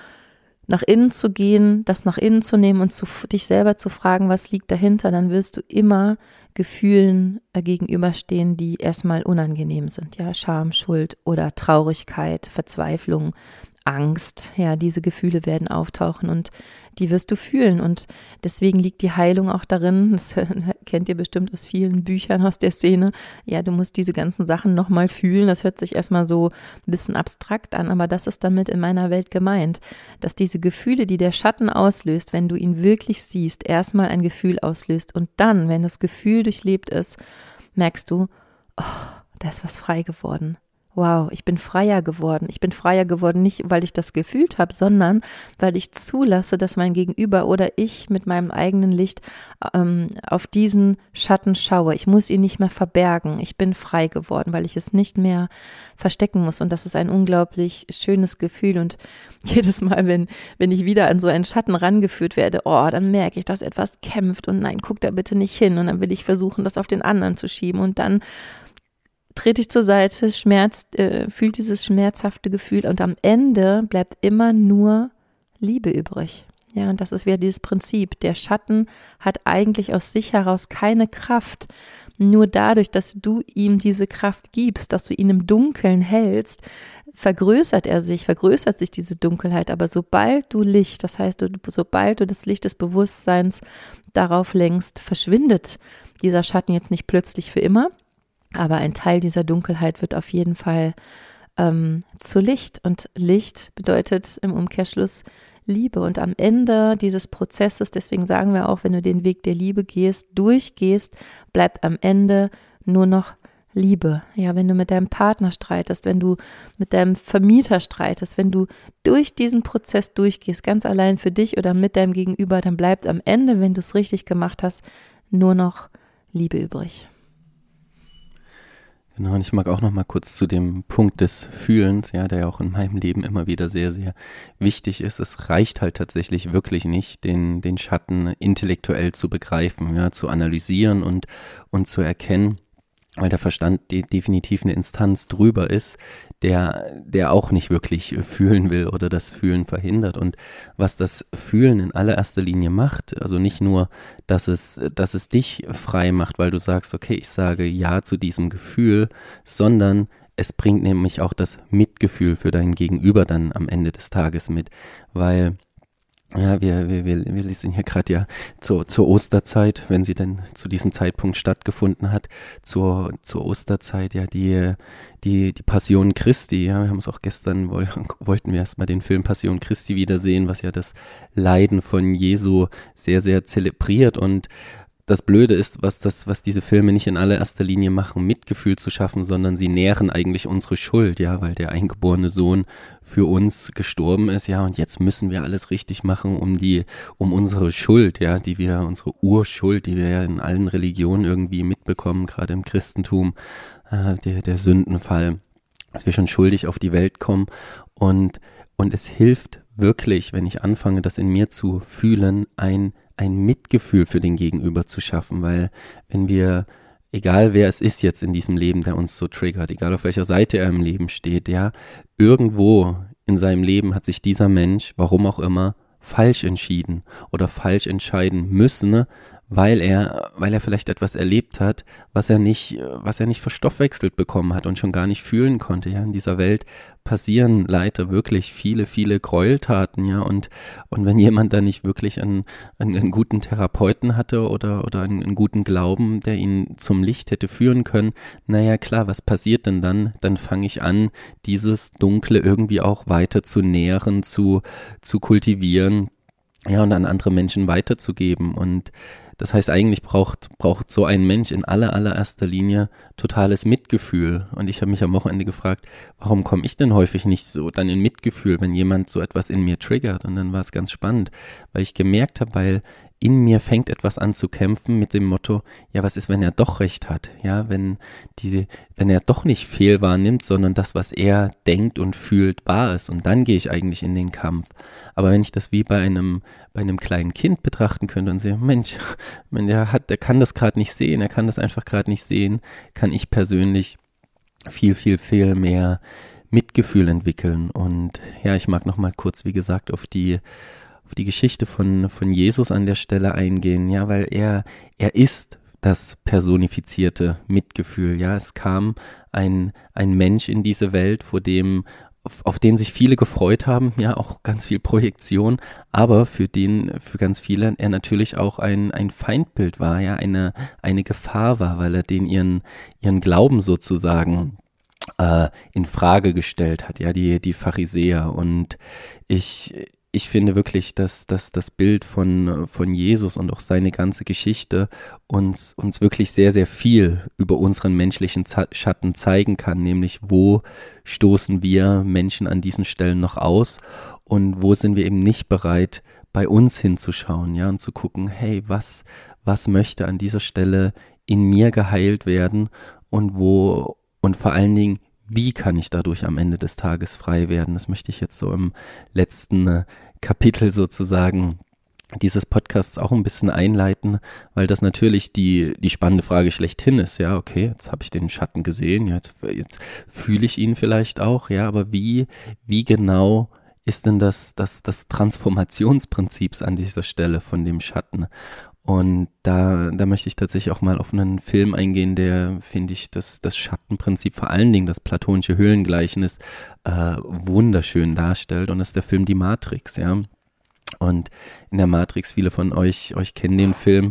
nach innen zu gehen, das nach innen zu nehmen und zu, dich selber zu fragen, was liegt dahinter, dann wirst du immer Gefühlen äh, gegenüberstehen, die erstmal unangenehm sind. Ja, Scham, Schuld oder Traurigkeit, Verzweiflung, Angst. Ja, diese Gefühle werden auftauchen und die wirst du fühlen. Und deswegen liegt die Heilung auch darin, das kennt ihr bestimmt aus vielen Büchern aus der Szene, ja, du musst diese ganzen Sachen nochmal fühlen. Das hört sich erstmal so ein bisschen abstrakt an, aber das ist damit in meiner Welt gemeint, dass diese Gefühle, die der Schatten auslöst, wenn du ihn wirklich siehst, erstmal ein Gefühl auslöst und dann, wenn das Gefühl durchlebt ist, merkst du, oh, da ist was frei geworden. Wow, ich bin freier geworden. Ich bin freier geworden, nicht weil ich das gefühlt habe, sondern weil ich zulasse, dass mein Gegenüber oder ich mit meinem eigenen Licht ähm, auf diesen Schatten schaue. Ich muss ihn nicht mehr verbergen. Ich bin frei geworden, weil ich es nicht mehr verstecken muss. Und das ist ein unglaublich schönes Gefühl. Und jedes Mal, wenn, wenn ich wieder an so einen Schatten rangeführt werde, oh, dann merke ich, dass etwas kämpft und nein, guck da bitte nicht hin. Und dann will ich versuchen, das auf den anderen zu schieben. Und dann trete ich zur Seite, schmerzt, äh, fühlt dieses schmerzhafte Gefühl und am Ende bleibt immer nur Liebe übrig. Ja, und das ist wieder dieses Prinzip. Der Schatten hat eigentlich aus sich heraus keine Kraft. Nur dadurch, dass du ihm diese Kraft gibst, dass du ihn im Dunkeln hältst, vergrößert er sich, vergrößert sich diese Dunkelheit. Aber sobald du Licht, das heißt, du, sobald du das Licht des Bewusstseins darauf lenkst, verschwindet dieser Schatten jetzt nicht plötzlich für immer. Aber ein Teil dieser Dunkelheit wird auf jeden Fall ähm, zu Licht. Und Licht bedeutet im Umkehrschluss Liebe. Und am Ende dieses Prozesses, deswegen sagen wir auch, wenn du den Weg der Liebe gehst, durchgehst, bleibt am Ende nur noch Liebe. Ja, wenn du mit deinem Partner streitest, wenn du mit deinem Vermieter streitest, wenn du durch diesen Prozess durchgehst, ganz allein für dich oder mit deinem Gegenüber, dann bleibt am Ende, wenn du es richtig gemacht hast, nur noch Liebe übrig. Genau, und ich mag auch noch mal kurz zu dem Punkt des Fühlens, ja, der ja auch in meinem Leben immer wieder sehr, sehr wichtig ist. Es reicht halt tatsächlich wirklich nicht, den, den Schatten intellektuell zu begreifen, ja, zu analysieren und, und zu erkennen, weil der Verstand de- definitiv eine Instanz drüber ist, der, der auch nicht wirklich fühlen will oder das Fühlen verhindert. Und was das Fühlen in allererster Linie macht, also nicht nur, dass es, dass es dich frei macht, weil du sagst, okay, ich sage Ja zu diesem Gefühl, sondern es bringt nämlich auch das Mitgefühl für dein Gegenüber dann am Ende des Tages mit, weil ja, wir, wir, wir, wir lesen hier gerade ja zur, zur Osterzeit, wenn sie denn zu diesem Zeitpunkt stattgefunden hat, zur, zur Osterzeit, ja, die, die, die Passion Christi, ja, wir haben es auch gestern, woll, wollten wir erstmal den Film Passion Christi wiedersehen, was ja das Leiden von Jesu sehr, sehr zelebriert. Und das Blöde ist, was das, was diese Filme nicht in allererster Linie machen, Mitgefühl zu schaffen, sondern sie nähren eigentlich unsere Schuld, ja, weil der eingeborene Sohn für uns gestorben ist, ja, und jetzt müssen wir alles richtig machen, um die, um unsere Schuld, ja, die wir, unsere Urschuld, die wir ja in allen Religionen irgendwie mitbekommen, gerade im Christentum, äh, der, der Sündenfall, dass wir schon schuldig auf die Welt kommen und, und es hilft wirklich, wenn ich anfange, das in mir zu fühlen, ein ein Mitgefühl für den Gegenüber zu schaffen, weil wenn wir egal wer es ist jetzt in diesem Leben, der uns so triggert, egal auf welcher Seite er im Leben steht, ja, irgendwo in seinem Leben hat sich dieser Mensch, warum auch immer, falsch entschieden oder falsch entscheiden müssen, weil er, weil er vielleicht etwas erlebt hat, was er nicht, was er nicht verstoffwechselt bekommen hat und schon gar nicht fühlen konnte. Ja, in dieser Welt passieren leider wirklich viele, viele Gräueltaten, ja, und, und wenn jemand da nicht wirklich einen, einen, einen guten Therapeuten hatte oder, oder einen, einen guten Glauben, der ihn zum Licht hätte führen können, naja, klar, was passiert denn dann? Dann fange ich an, dieses Dunkle irgendwie auch weiter zu nähren, zu, zu kultivieren, ja, und an andere Menschen weiterzugeben. Und das heißt, eigentlich braucht, braucht so ein Mensch in aller, allererster Linie totales Mitgefühl. Und ich habe mich am Wochenende gefragt, warum komme ich denn häufig nicht so dann in Mitgefühl, wenn jemand so etwas in mir triggert? Und dann war es ganz spannend, weil ich gemerkt habe, weil in mir fängt etwas an zu kämpfen mit dem Motto, ja, was ist, wenn er doch recht hat? Ja, wenn diese, wenn er doch nicht fehl wahrnimmt, sondern das, was er denkt und fühlt, wahr ist. Und dann gehe ich eigentlich in den Kampf. Aber wenn ich das wie bei einem, bei einem kleinen Kind betrachten könnte und sehe, Mensch, wenn der hat, der kann das gerade nicht sehen, er kann das einfach gerade nicht sehen, kann ich persönlich viel, viel, viel mehr Mitgefühl entwickeln. Und ja, ich mag nochmal kurz, wie gesagt, auf die auf die Geschichte von, von Jesus an der Stelle eingehen, ja, weil er, er ist das personifizierte Mitgefühl, ja, es kam ein, ein Mensch in diese Welt, vor dem, auf, auf den sich viele gefreut haben, ja, auch ganz viel Projektion, aber für den, für ganz viele er natürlich auch ein, ein Feindbild war, ja, eine, eine Gefahr war, weil er den ihren, ihren Glauben sozusagen äh, in Frage gestellt hat, ja, die, die Pharisäer. Und ich, Ich finde wirklich, dass, dass das Bild von, von Jesus und auch seine ganze Geschichte uns, uns wirklich sehr, sehr viel über unseren menschlichen Schatten zeigen kann, nämlich wo stoßen wir Menschen an diesen Stellen noch aus und wo sind wir eben nicht bereit, bei uns hinzuschauen, ja, und zu gucken, hey, was, was möchte an dieser Stelle in mir geheilt werden und wo, und vor allen Dingen, wie kann ich dadurch am Ende des Tages frei werden? Das möchte ich jetzt so im letzten äh, Kapitel sozusagen dieses Podcasts auch ein bisschen einleiten, weil das natürlich die, die spannende Frage schlechthin ist. Ja, okay, jetzt habe ich den Schatten gesehen, ja, jetzt, jetzt fühle ich ihn vielleicht auch, ja, aber wie, wie genau ist denn das, das, das Transformationsprinzip an dieser Stelle von dem Schatten? Und da, da möchte ich tatsächlich auch mal auf einen Film eingehen, der, finde ich, das, das Schattenprinzip, vor allen Dingen das platonische Höhlengleichnis, äh, wunderschön darstellt. Und das ist der Film Die Matrix, ja. Und in der Matrix, viele von euch, euch kennen den Film,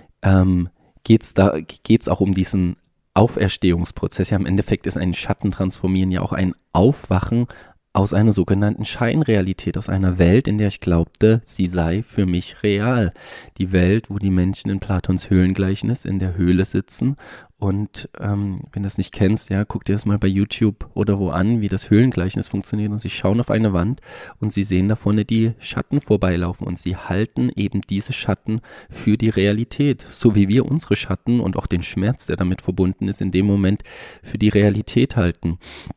ähm, geht's da, geht's auch um diesen Auferstehungsprozess. Ja, im Endeffekt ist ein Schattentransformieren ja auch ein Aufwachen aus einer sogenannten Scheinrealität, aus einer Welt, in der ich glaubte, sie sei für mich real. Die Welt, wo die Menschen in Platons Höhlengleichnis in der Höhle sitzen und ähm, wenn du das nicht kennst, ja, guck dir das mal bei YouTube oder wo an, wie das Höhlengleichnis funktioniert und sie schauen auf eine Wand und sie sehen da vorne die Schatten vorbeilaufen und sie halten eben diese Schatten für die Realität, so wie wir unsere Schatten und auch den Schmerz, der damit verbunden ist, in dem Moment für die Realität halten.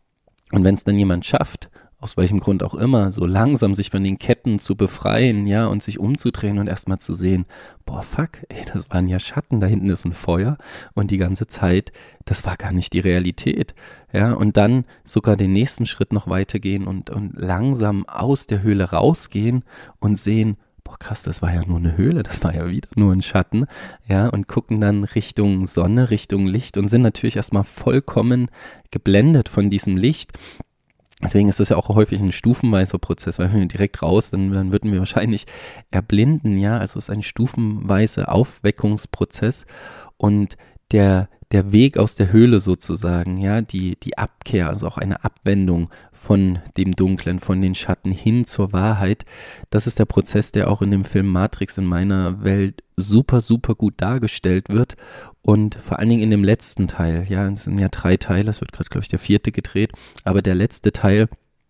Und wenn es dann jemand schafft, aus welchem Grund auch immer, so langsam sich von den Ketten zu befreien, ja, und sich umzudrehen und erstmal zu sehen, boah, fuck, ey, das waren ja Schatten, da hinten ist ein Feuer und die ganze Zeit, das war gar nicht die Realität, ja, und dann sogar den nächsten Schritt noch weitergehen und, und langsam aus der Höhle rausgehen und sehen, boah, krass, das war ja nur eine Höhle, das war ja wieder nur ein Schatten, ja, und gucken dann Richtung Sonne, Richtung Licht und sind natürlich erstmal vollkommen geblendet von diesem Licht. Deswegen ist das ja auch häufig ein stufenweiser Prozess, weil wenn wir direkt raus, dann, dann würden wir wahrscheinlich erblinden, ja, also es ist ein stufenweiser Aufweckungsprozess und der, der Weg aus der Höhle sozusagen, ja, die, die Abkehr, also auch eine Abwendung von dem Dunklen, von den Schatten hin zur Wahrheit, das ist der Prozess, der auch in dem Film Matrix in meiner Welt super, super gut dargestellt wird und vor allen Dingen in dem letzten Teil, ja, es sind ja drei Teile, es wird gerade, glaube ich, der vierte gedreht, aber der letzte Teil,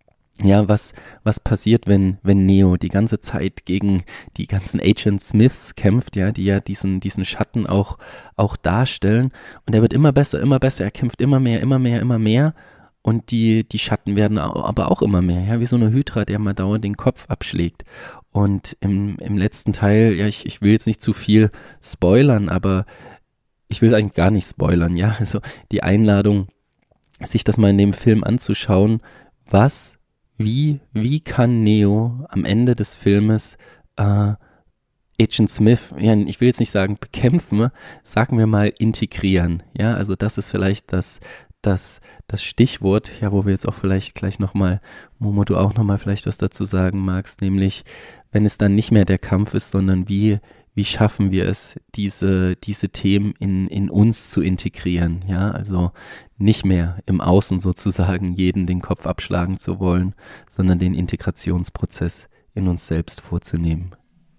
ja, was, was passiert, wenn, wenn Neo die ganze Zeit gegen die ganzen Agent Smiths kämpft, ja, die ja diesen, diesen Schatten auch, auch darstellen und er wird immer besser, immer besser, er kämpft immer mehr, immer mehr, immer mehr und die, die Schatten werden aber auch immer mehr, ja, wie so eine Hydra, der mal dauernd den Kopf abschlägt. Und im, im letzten Teil, ja, ich, ich will jetzt nicht zu viel spoilern, aber ich will es eigentlich gar nicht spoilern, ja, also die Einladung, sich das mal in dem Film anzuschauen, was, wie, wie kann Neo am Ende des Filmes äh, Agent Smith, ja, ich will jetzt nicht sagen bekämpfen, sagen wir mal integrieren, ja, also das ist vielleicht das, das, das Stichwort, ja, wo wir jetzt auch vielleicht gleich nochmal, Momo, du auch nochmal vielleicht was dazu sagen magst, nämlich, wenn es dann nicht mehr der Kampf ist, sondern wie, wie schaffen wir es, diese, diese Themen in, in uns zu integrieren, ja, also nicht mehr im Außen sozusagen jeden den Kopf abschlagen zu wollen, sondern den Integrationsprozess in uns selbst vorzunehmen.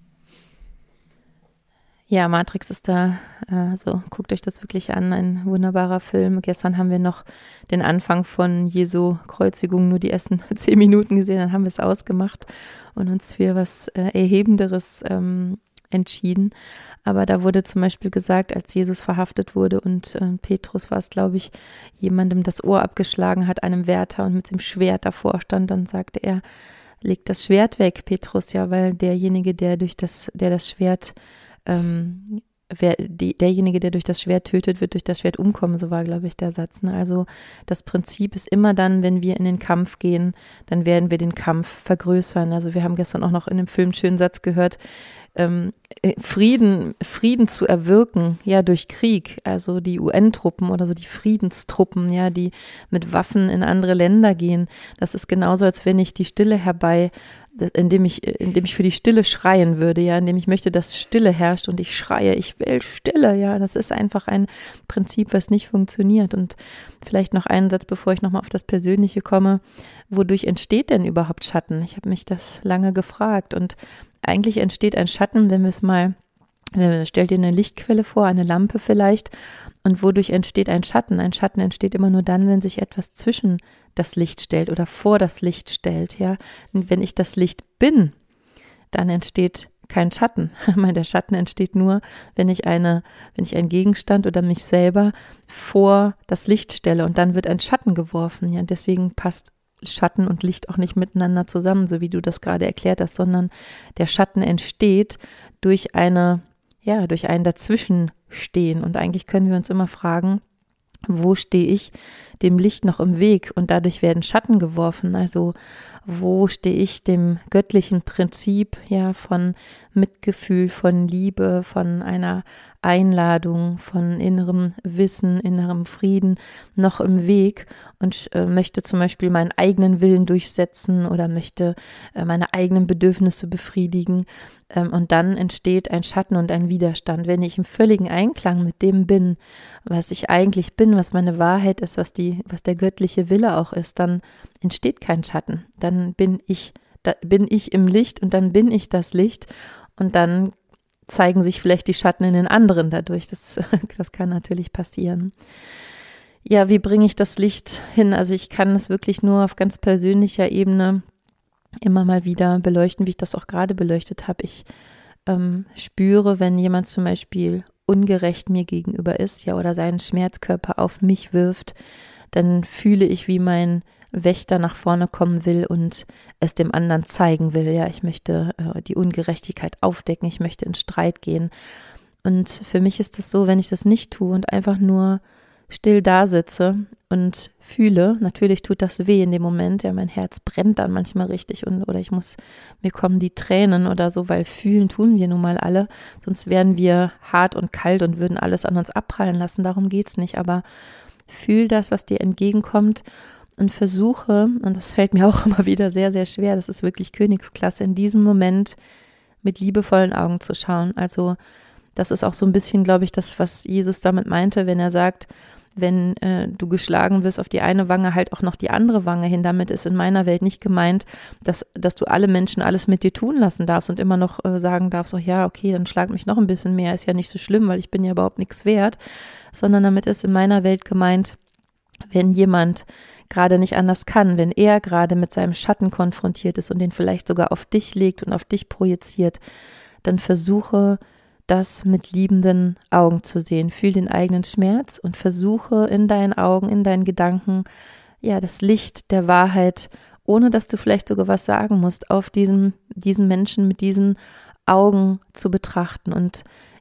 Ja, Matrix ist da, also guckt euch das wirklich an, ein wunderbarer Film. Gestern haben wir noch den Anfang von Jesu Kreuzigung, nur die ersten zehn Minuten gesehen, dann haben wir es ausgemacht und uns für was äh, Erhebenderes ähm, entschieden. Aber da wurde zum Beispiel gesagt, als Jesus verhaftet wurde und äh, Petrus war es, glaube ich, jemandem das Ohr abgeschlagen hat, einem Wärter und mit dem Schwert davor stand, dann sagte er, leg das Schwert weg, Petrus, ja, weil derjenige, der durch das, der das Schwert Ähm, wer, die, derjenige, der durch das Schwert tötet, wird durch das Schwert umkommen, so war, glaube ich, der Satz. Ne? Also das Prinzip ist immer dann, wenn wir in den Kampf gehen, dann werden wir den Kampf vergrößern. Also wir haben gestern auch noch in dem Film einen schönen Satz gehört, ähm, Frieden, Frieden zu erwirken, ja, durch Krieg, also die U N-Truppen oder so die Friedenstruppen, ja, die mit Waffen in andere Länder gehen. Das ist genauso, als wenn ich die Stille herbei indem ich, indem ich für die Stille schreien würde, ja, indem ich möchte, dass Stille herrscht und ich schreie, ich will Stille, ja, das ist einfach ein Prinzip, was nicht funktioniert. Und vielleicht noch einen Satz, bevor ich nochmal auf das Persönliche komme, wodurch entsteht denn überhaupt Schatten? Ich habe mich das lange gefragt und eigentlich entsteht ein Schatten, wenn wir es mal, äh, stell dir eine Lichtquelle vor, eine Lampe vielleicht, und wodurch entsteht ein Schatten? Ein Schatten entsteht immer nur dann, wenn sich etwas zwischen das Licht stellt oder vor das Licht stellt, ja. Und wenn ich das Licht bin, dann entsteht kein Schatten. Der Schatten entsteht nur, wenn ich eine, wenn ich einen Gegenstand oder mich selber vor das Licht stelle und dann wird ein Schatten geworfen, ja. Und deswegen passt Schatten und Licht auch nicht miteinander zusammen, so wie du das gerade erklärt hast, sondern der Schatten entsteht durch eine, ja, durch ein Dazwischenstehen. Und eigentlich können wir uns immer fragen, wo stehe ich dem Licht noch im Weg und dadurch werden Schatten geworfen, also wo stehe ich dem göttlichen Prinzip, ja, von Mitgefühl, von Liebe, von einer Einladung, von innerem Wissen, innerem Frieden noch im Weg und äh, möchte zum Beispiel meinen eigenen Willen durchsetzen oder möchte äh, meine eigenen Bedürfnisse befriedigen ähm, und dann entsteht ein Schatten und ein Widerstand. Wenn ich im völligen Einklang mit dem bin, was ich eigentlich bin, was meine Wahrheit ist, was die, was der göttliche Wille auch ist, dann entsteht kein Schatten. Dann bin ich, da bin ich im Licht und dann bin ich das Licht und dann zeigen sich vielleicht die Schatten in den anderen dadurch. Das, das kann natürlich passieren. Ja, wie bringe ich das Licht hin? Also ich kann es wirklich nur auf ganz persönlicher Ebene immer mal wieder beleuchten, wie ich das auch gerade beleuchtet habe. Ich ähm, spüre, wenn jemand zum Beispiel ungerecht mir gegenüber ist, ja, oder seinen Schmerzkörper auf mich wirft, dann fühle ich, wie mein Wächter nach vorne kommen will und es dem anderen zeigen will. Ja, ich möchte äh, die Ungerechtigkeit aufdecken, ich möchte in Streit gehen. Und für mich ist das so, wenn ich das nicht tue und einfach nur still da sitze und fühle, natürlich tut das weh in dem Moment, ja, mein Herz brennt dann manchmal richtig und oder ich muss, mir kommen die Tränen oder so, weil fühlen tun wir nun mal alle, sonst wären wir hart und kalt und würden alles an uns abprallen lassen, darum geht's nicht, aber fühl das, was dir entgegenkommt und versuche, und das fällt mir auch immer wieder sehr, sehr schwer, das ist wirklich Königsklasse, in diesem Moment mit liebevollen Augen zu schauen. Also das ist auch so ein bisschen, glaube ich, das, was Jesus damit meinte, wenn er sagt, wenn äh, du geschlagen wirst auf die eine Wange, halt auch noch die andere Wange hin. Damit ist in meiner Welt nicht gemeint, dass, dass du alle Menschen alles mit dir tun lassen darfst und immer noch äh, sagen darfst, oh ja, okay, dann schlag mich noch ein bisschen mehr, ist ja nicht so schlimm, weil ich bin ja überhaupt nichts wert, sondern damit ist in meiner Welt gemeint, wenn jemand gerade nicht anders kann, wenn er gerade mit seinem Schatten konfrontiert ist und den vielleicht sogar auf dich legt und auf dich projiziert, dann versuche, das mit liebenden Augen zu sehen. Fühl den eigenen Schmerz und versuche in deinen Augen, in deinen Gedanken, ja, das Licht der Wahrheit, ohne dass du vielleicht sogar was sagen musst, auf diesen, diesen Menschen mit diesen Augen zu betrachten. Und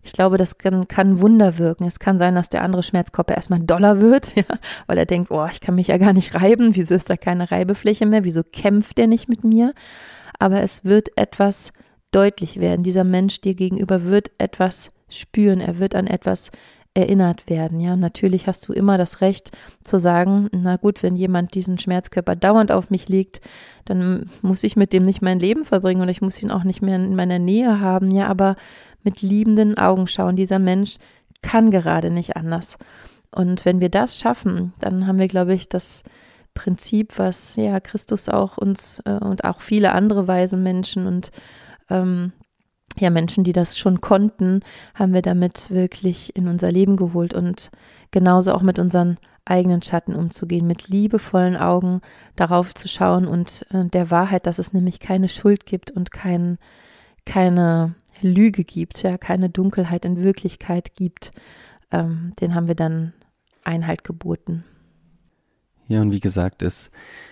ich glaube, das kann, kann Wunder wirken. Es kann sein, dass der andere Schmerzkörper erstmal doller wird, ja, weil er denkt, oh, ich kann mich ja gar nicht reiben, wieso ist da keine Reibefläche mehr, wieso kämpft der nicht mit mir? Aber es wird etwas deutlich werden. Dieser Mensch dir gegenüber wird etwas spüren, er wird an etwas erinnert werden. Ja, natürlich hast du immer das Recht zu sagen, na gut, wenn jemand diesen Schmerzkörper dauernd auf mich legt, dann muss ich mit dem nicht mein Leben verbringen oder ich muss ihn auch nicht mehr in meiner Nähe haben. Ja, aber mit liebenden Augen schauen, dieser Mensch kann gerade nicht anders. Und wenn wir das schaffen, dann haben wir, glaube ich, das Prinzip, was ja Christus auch uns äh, und auch viele andere weise Menschen und ähm, ja, Menschen, die das schon konnten, haben wir damit wirklich in unser Leben geholt und genauso auch mit unseren eigenen Schatten umzugehen, mit liebevollen Augen darauf zu schauen und äh, der Wahrheit, dass es nämlich keine Schuld gibt und kein, keine Lüge gibt, ja, keine Dunkelheit in Wirklichkeit gibt, ähm, den haben wir dann Einhalt geboten. Ja, und wie gesagt, es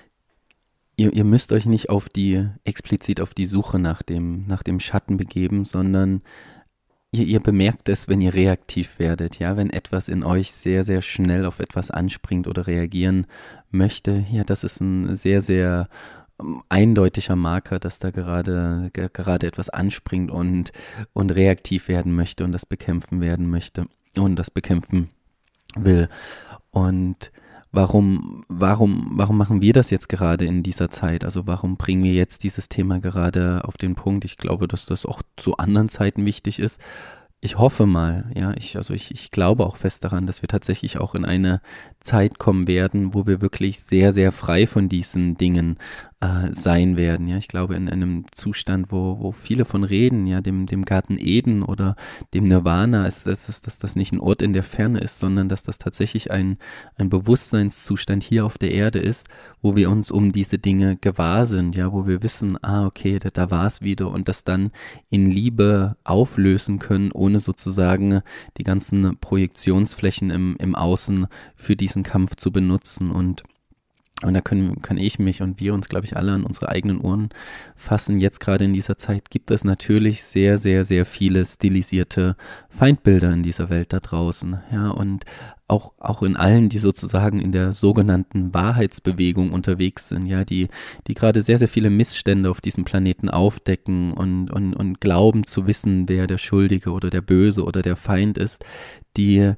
Ihr, ihr müsst euch nicht auf die, explizit auf die Suche nach dem, nach dem Schatten begeben, sondern ihr, ihr bemerkt es, wenn ihr reaktiv werdet, ja, wenn etwas in euch sehr, sehr schnell auf etwas anspringt oder reagieren möchte, ja, das ist ein sehr, sehr eindeutiger Marker, dass da gerade, ge, gerade etwas anspringt und, und reaktiv werden möchte und das bekämpfen werden möchte und das bekämpfen will. Und Warum, warum, warum machen wir das jetzt gerade in dieser Zeit? Also warum bringen wir jetzt dieses Thema gerade auf den Punkt? Ich glaube, dass das auch zu anderen Zeiten wichtig ist. Ich hoffe mal, ja, ich, also ich, ich glaube auch fest daran, dass wir tatsächlich auch in eine Zeit kommen werden, wo wir wirklich sehr, sehr frei von diesen Dingen äh, sein werden. Ja, ich glaube in einem Zustand, wo, wo viele von reden, ja, dem, dem Garten Eden oder dem Nirvana, ist, dass, dass, dass das nicht ein Ort in der Ferne ist, sondern dass das tatsächlich ein, ein Bewusstseinszustand hier auf der Erde ist, wo wir uns um diese Dinge gewahr sind, ja, wo wir wissen, ah, okay, da, da war es wieder und das dann in Liebe auflösen können, ohne sozusagen die ganzen Projektionsflächen im, im Außen für diesen Kampf zu benutzen und Und da können, kann ich mich und wir uns, glaube ich, alle an unsere eigenen Ohren fassen. Jetzt gerade in dieser Zeit gibt es natürlich sehr, sehr, sehr viele stilisierte Feindbilder in dieser Welt da draußen. Ja, und auch, auch in allen, die sozusagen in der sogenannten Wahrheitsbewegung unterwegs sind, ja, die, die gerade sehr, sehr viele Missstände auf diesem Planeten aufdecken und, und, und glauben zu wissen, wer der Schuldige oder der Böse oder der Feind ist, die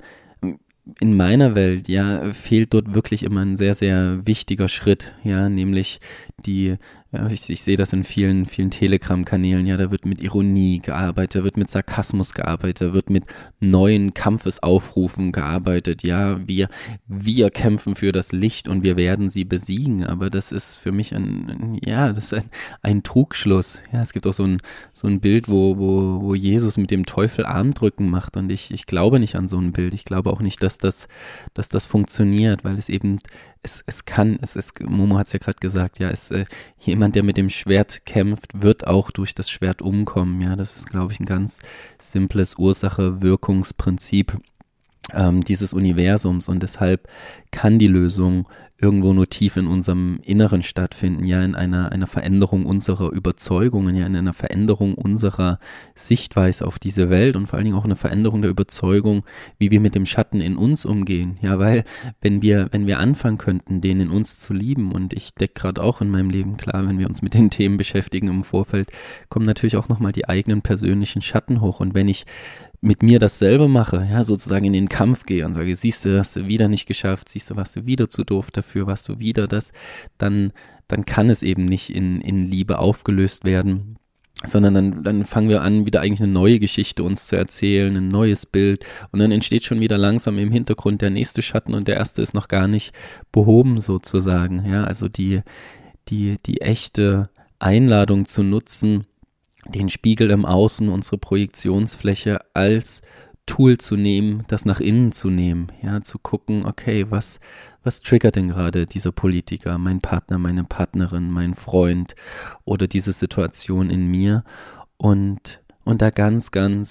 in meiner Welt, ja, fehlt dort wirklich immer ein sehr, sehr wichtiger Schritt, ja, nämlich die, ja, ich, ich sehe das in vielen, vielen Telegram-Kanälen, ja, da wird mit Ironie gearbeitet, da wird mit Sarkasmus gearbeitet, da wird mit neuen Kampfesaufrufen gearbeitet, ja, wir, wir kämpfen für das Licht und wir werden sie besiegen, aber das ist für mich ein, ein ja, das ist ein, ein Trugschluss, ja, es gibt auch so ein, so ein Bild, wo, wo, wo Jesus mit dem Teufel Armdrücken macht und ich, ich glaube nicht an so ein Bild, ich glaube auch nicht, dass das, dass das funktioniert, weil es eben, es, es kann, es ist, Momo hat es ja gerade gesagt, ja, es, äh, jemand, der mit dem Schwert kämpft, wird auch durch das Schwert umkommen, ja, das ist, glaube ich, ein ganz simples Ursache-Wirkungsprinzip ähm, dieses Universums und deshalb kann die Lösung irgendwo nur tief in unserem Inneren stattfinden, ja, in einer, einer Veränderung unserer Überzeugungen, ja, in einer Veränderung unserer Sichtweise auf diese Welt und vor allen Dingen auch eine Veränderung der Überzeugung, wie wir mit dem Schatten in uns umgehen, ja, weil wenn wir, wenn wir anfangen könnten, den in uns zu lieben und ich decke gerade auch in meinem Leben, klar, wenn wir uns mit den Themen beschäftigen im Vorfeld, kommen natürlich auch nochmal die eigenen persönlichen Schatten hoch und wenn ich mit mir dasselbe mache, ja, sozusagen in den Kampf gehe und sage, siehst du, hast du wieder nicht geschafft, siehst du, warst du wieder zu doof dafür, warst du wieder das, dann, dann kann es eben nicht in, in Liebe aufgelöst werden, sondern dann, dann fangen wir an, wieder eigentlich eine neue Geschichte uns zu erzählen, ein neues Bild und dann entsteht schon wieder langsam im Hintergrund der nächste Schatten und der erste ist noch gar nicht behoben sozusagen, ja, also die, die, die echte Einladung zu nutzen, den Spiegel im Außen, unsere Projektionsfläche als Tool zu nehmen, das nach innen zu nehmen, ja, zu gucken, okay, was, was triggert denn gerade dieser Politiker, mein Partner, meine Partnerin, mein Freund oder diese Situation in mir und, und da ganz, ganz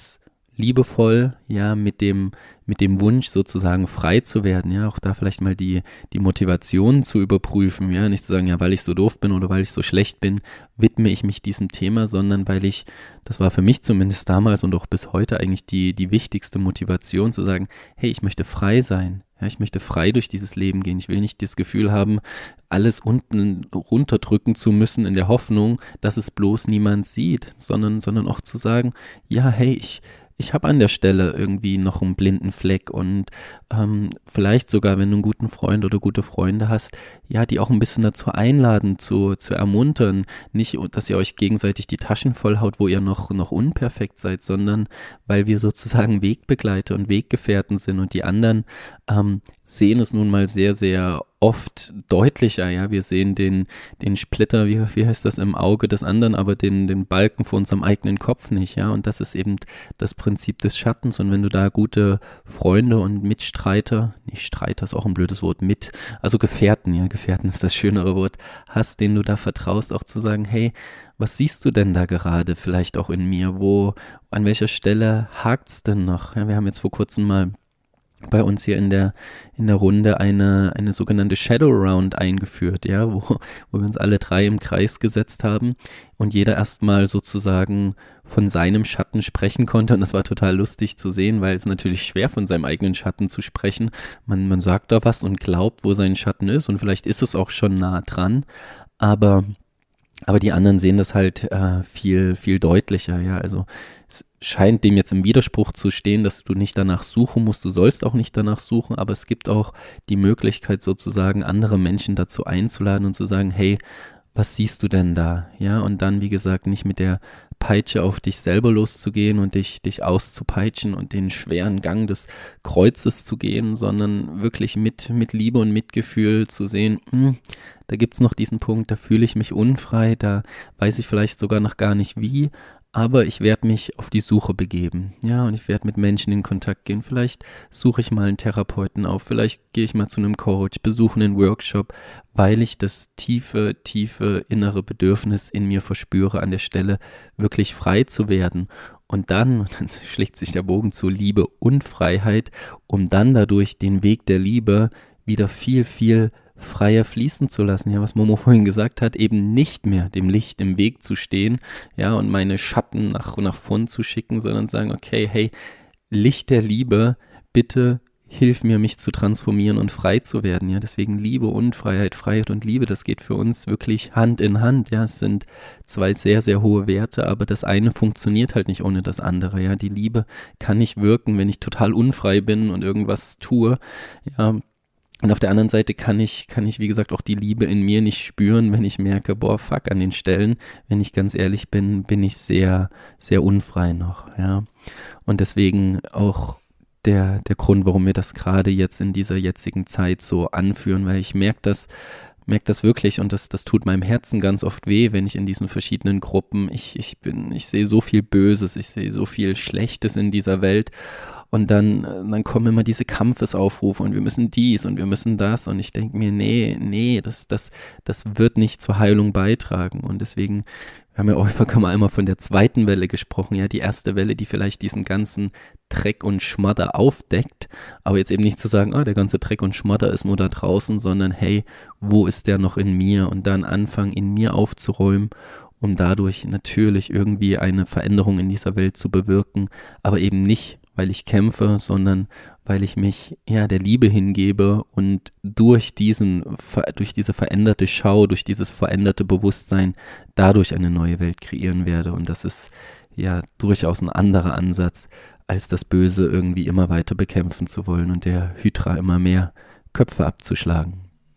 liebevoll, ja, mit dem, mit dem Wunsch sozusagen frei zu werden, ja, auch da vielleicht mal die, die Motivation zu überprüfen, ja, nicht zu sagen, ja, weil ich so doof bin oder weil ich so schlecht bin, widme ich mich diesem Thema, sondern weil ich, das war für mich zumindest damals und auch bis heute eigentlich die, die wichtigste Motivation zu sagen, hey, ich möchte frei sein. Ja, ich möchte frei durch dieses Leben gehen. Ich will nicht das Gefühl haben, alles unten runterdrücken zu müssen in der Hoffnung, dass es bloß niemand sieht, sondern, sondern auch zu sagen, ja, hey, ich, ich habe an der Stelle irgendwie noch einen blinden Fleck und ähm, vielleicht sogar, wenn du einen guten Freund oder gute Freunde hast, ja, die auch ein bisschen dazu einladen, zu, zu ermuntern. Nicht, dass ihr euch gegenseitig die Taschen vollhaut, wo ihr noch, noch unperfekt seid, sondern weil wir sozusagen Wegbegleiter und Weggefährten sind und die anderen ähm, sehen es nun mal sehr, sehr oft deutlicher, ja, wir sehen den, den Splitter, wie, wie heißt das, im Auge des anderen, aber den, den Balken vor unserem eigenen Kopf nicht, ja, und das ist eben das Prinzip des Schattens und wenn du da gute Freunde und Mitstreiter, nicht Streiter ist auch ein blödes Wort, mit, also Gefährten, ja, Gefährten ist das schönere Wort, hast, denen du da vertraust, auch zu sagen, hey, was siehst du denn da gerade vielleicht auch in mir, wo, an welcher Stelle hakt's denn noch, ja, wir haben jetzt vor kurzem mal bei uns hier in der in der Runde eine eine sogenannte Shadow Round eingeführt, ja, wo wo wir uns alle drei im Kreis gesetzt haben und jeder erstmal sozusagen von seinem Schatten sprechen konnte und das war total lustig zu sehen, weil es natürlich schwer von seinem eigenen Schatten zu sprechen. Man man sagt da was und glaubt, wo sein Schatten ist und vielleicht ist es auch schon nah dran, aber aber die anderen sehen das halt äh, viel viel deutlicher, ja, also es scheint dem jetzt im Widerspruch zu stehen, dass du nicht danach suchen musst, du sollst auch nicht danach suchen, aber es gibt auch die Möglichkeit sozusagen andere Menschen dazu einzuladen und zu sagen, hey, was siehst du denn da? Ja, und dann, wie gesagt, nicht mit der Peitsche auf dich selber loszugehen und dich, dich auszupeitschen und den schweren Gang des Kreuzes zu gehen, sondern wirklich mit, mit Liebe und Mitgefühl zu sehen, hm, da gibt's noch diesen Punkt, da fühle ich mich unfrei, da weiß ich vielleicht sogar noch gar nicht wie, aber ich werde mich auf die Suche begeben, ja, und ich werde mit Menschen in Kontakt gehen. Vielleicht suche ich mal einen Therapeuten auf, vielleicht gehe ich mal zu einem Coach, besuche einen Workshop, weil ich das tiefe, tiefe innere Bedürfnis in mir verspüre, an der Stelle wirklich frei zu werden. Und dann, dann schlägt sich der Bogen zu Liebe und Freiheit, um dann dadurch den Weg der Liebe wieder viel, viel freier fließen zu lassen, ja, was Momo vorhin gesagt hat, eben nicht mehr dem Licht im Weg zu stehen, ja, und meine Schatten nach, nach vorn zu schicken, sondern sagen, okay, hey, Licht der Liebe, bitte hilf mir, mich zu transformieren und frei zu werden, ja, deswegen Liebe und Freiheit, Freiheit und Liebe, das geht für uns wirklich Hand in Hand, ja, es sind zwei sehr, sehr hohe Werte, aber das eine funktioniert halt nicht ohne das andere, ja, die Liebe kann nicht wirken, wenn ich total unfrei bin und irgendwas tue, ja. Und auf der anderen Seite kann ich, kann ich, wie gesagt, auch die Liebe in mir nicht spüren, wenn ich merke, boah, fuck, an den Stellen, wenn ich ganz ehrlich bin, bin ich sehr, sehr unfrei noch, ja. Und deswegen auch der, der Grund, warum wir das gerade jetzt in dieser jetzigen Zeit so anführen, weil ich merke das, merke das wirklich und das, das tut meinem Herzen ganz oft weh, wenn ich in diesen verschiedenen Gruppen, ich, ich bin, ich sehe so viel Böses, ich sehe so viel Schlechtes in dieser Welt. Und dann, dann kommen immer diese Kampfesaufrufe und wir müssen dies und wir müssen das und ich denke mir, nee, nee, das, das, das wird nicht zur Heilung beitragen und deswegen, wir haben ja häufiger mal einmal von der zweiten Welle gesprochen, ja, die erste Welle, die vielleicht diesen ganzen Dreck und Schmadder aufdeckt, aber jetzt eben nicht zu sagen, ah, der ganze Dreck und Schmadder ist nur da draußen, sondern hey, wo ist der noch in mir und dann anfangen, in mir aufzuräumen, um dadurch natürlich irgendwie eine Veränderung in dieser Welt zu bewirken, aber eben nicht, weil ich kämpfe, sondern weil ich mich ja der Liebe hingebe und durch diesen, durch diese veränderte Schau, durch dieses veränderte Bewusstsein dadurch eine neue Welt kreieren werde. Und das ist ja durchaus ein anderer Ansatz, als das Böse irgendwie immer weiter bekämpfen zu wollen und der Hydra immer mehr Köpfe abzuschlagen.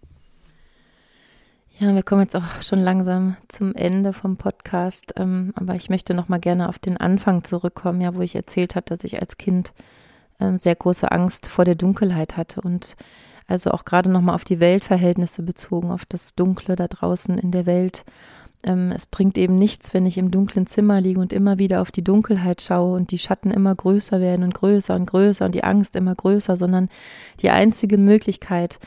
Ja, wir kommen jetzt auch schon langsam zum Ende vom Podcast, ähm, aber ich möchte noch mal gerne auf den Anfang zurückkommen, ja, wo ich erzählt habe, dass ich als Kind ähm, sehr große Angst vor der Dunkelheit hatte und also auch gerade noch mal auf die Weltverhältnisse bezogen, auf das Dunkle da draußen in der Welt. Ähm, es bringt eben nichts, wenn ich im dunklen Zimmer liege und immer wieder auf die Dunkelheit schaue und die Schatten immer größer werden und größer und größer und die Angst immer größer, sondern die einzige Möglichkeit,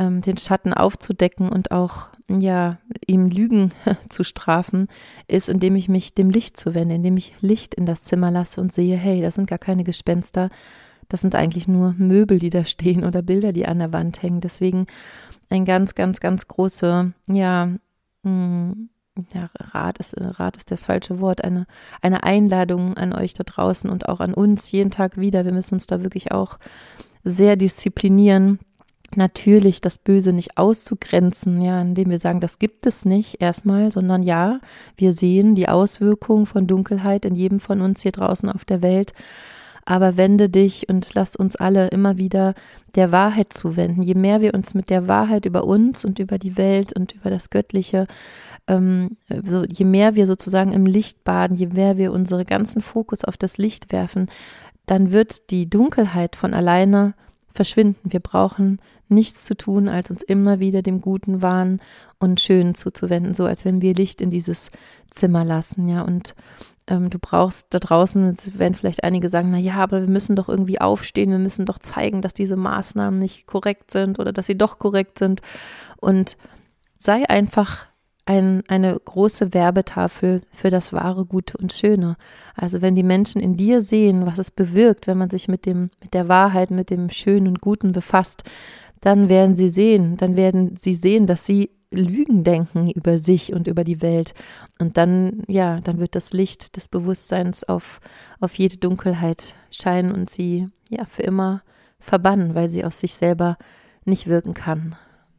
ähm, den Schatten aufzudecken und auch, ja, ihm Lügen zu strafen, ist, indem ich mich dem Licht zuwende, indem ich Licht in das Zimmer lasse und sehe, hey, das sind gar keine Gespenster, das sind eigentlich nur Möbel, die da stehen oder Bilder, die an der Wand hängen. Deswegen ein ganz, ganz, ganz große, ja, mh, ja, Rat ist, Rat ist das falsche Wort, eine, eine Einladung an euch da draußen und auch an uns jeden Tag wieder. Wir müssen uns da wirklich auch sehr disziplinieren, natürlich das Böse nicht auszugrenzen, ja, indem wir sagen, das gibt es nicht erstmal, sondern ja, wir sehen die Auswirkungen von Dunkelheit in jedem von uns hier draußen auf der Welt. Aber wende dich und lass uns alle immer wieder der Wahrheit zuwenden. Je mehr wir uns mit der Wahrheit über uns und über die Welt und über das Göttliche, ähm, so, je mehr wir sozusagen im Licht baden, je mehr wir unseren ganzen Fokus auf das Licht werfen, dann wird die Dunkelheit von alleine verschwinden. Wir brauchen nichts zu tun, als uns immer wieder dem Guten, Wahren und Schönen zuzuwenden, so als wenn wir Licht in dieses Zimmer lassen, ja, und ähm, du brauchst da draußen, es werden vielleicht einige sagen, na ja, aber wir müssen doch irgendwie aufstehen, wir müssen doch zeigen, dass diese Maßnahmen nicht korrekt sind oder dass sie doch korrekt sind, und sei einfach ein, eine große Werbetafel für das wahre, Gute und Schöne. Also wenn die Menschen in dir sehen, was es bewirkt, wenn man sich mit dem, mit der Wahrheit, mit dem Schönen und Guten befasst, dann werden sie sehen, dann werden sie sehen, dass sie Lügen denken über sich und über die Welt. Und dann, ja, dann wird das Licht des Bewusstseins auf, auf jede Dunkelheit scheinen und sie, ja, für immer verbannen, weil sie aus sich selber nicht wirken kann.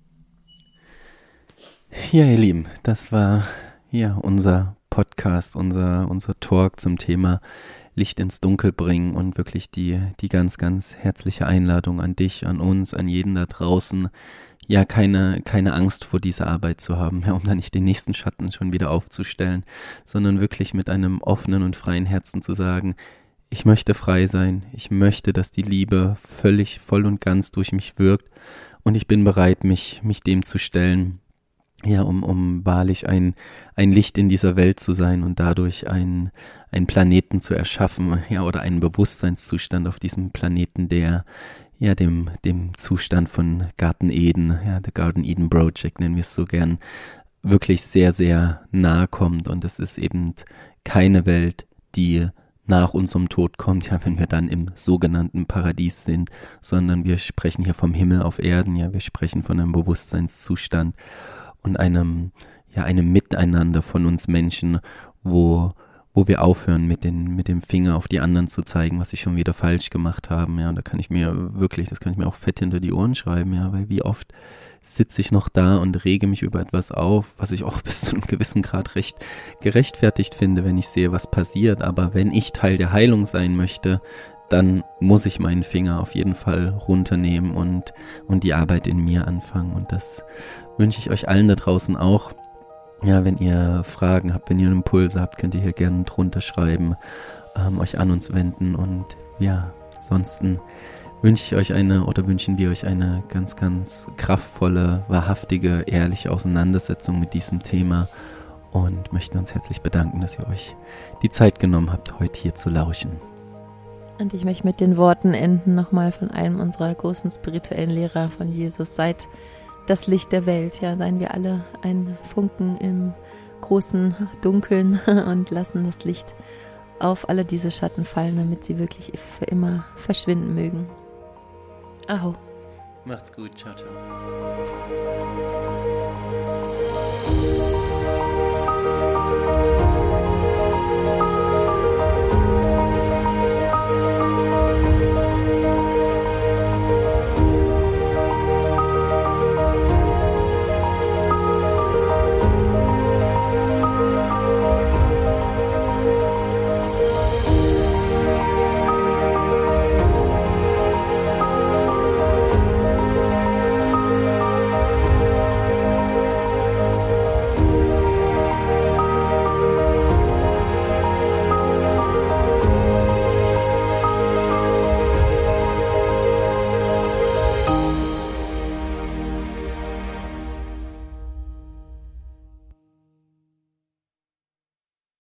Ja, ihr Lieben, das war ja unser Podcast, unser, unser Talk zum Thema Licht ins Dunkel bringen und wirklich die, die ganz, ganz herzliche Einladung an dich, an uns, an jeden da draußen, ja, keine, keine Angst vor dieser Arbeit zu haben, ja, um da nicht den nächsten Schatten schon wieder aufzustellen, sondern wirklich mit einem offenen und freien Herzen zu sagen, ich möchte frei sein, ich möchte, dass die Liebe völlig voll und ganz durch mich wirkt und ich bin bereit, mich, mich dem zu stellen, ja, um, um wahrlich ein, ein Licht in dieser Welt zu sein und dadurch ein, einen Planeten zu erschaffen, ja, oder einen Bewusstseinszustand auf diesem Planeten, der ja dem, dem Zustand von Garten Eden, ja, The Garden Eden Project nennen wir es so gern, wirklich sehr, sehr nahe kommt. Und es ist eben keine Welt, die nach unserem Tod kommt, ja, wenn wir dann im sogenannten Paradies sind, sondern wir sprechen hier vom Himmel auf Erden, ja, wir sprechen von einem Bewusstseinszustand und einem, ja, einem Miteinander von uns Menschen, wo, wo wir aufhören, mit den, mit dem Finger auf die anderen zu zeigen, was sie schon wieder falsch gemacht haben, ja, und da kann ich mir wirklich, das kann ich mir auch fett hinter die Ohren schreiben, ja, weil wie oft sitze ich noch da und rege mich über etwas auf, was ich auch bis zu einem gewissen Grad recht gerechtfertigt finde, wenn ich sehe, was passiert, aber wenn ich Teil der Heilung sein möchte, dann muss ich meinen Finger auf jeden Fall runternehmen und, und die Arbeit in mir anfangen, und das wünsche ich euch allen da draußen auch. Ja, wenn ihr Fragen habt, wenn ihr Impulse habt, könnt ihr hier gerne drunter schreiben, ähm, euch an uns wenden, und ja, ansonsten wünsche ich euch eine oder wünschen wir euch eine ganz, ganz kraftvolle, wahrhaftige, ehrliche Auseinandersetzung mit diesem Thema und möchten uns herzlich bedanken, dass ihr euch die Zeit genommen habt, heute hier zu lauschen. Und ich möchte mit den Worten enden, nochmal von einem unserer großen spirituellen Lehrer von Jesus: Seid das Licht der Welt, ja, seien wir alle ein Funken im großen Dunkeln und lassen das Licht auf alle diese Schatten fallen, damit sie wirklich für immer verschwinden mögen. Aho. Macht's gut, ciao, ciao.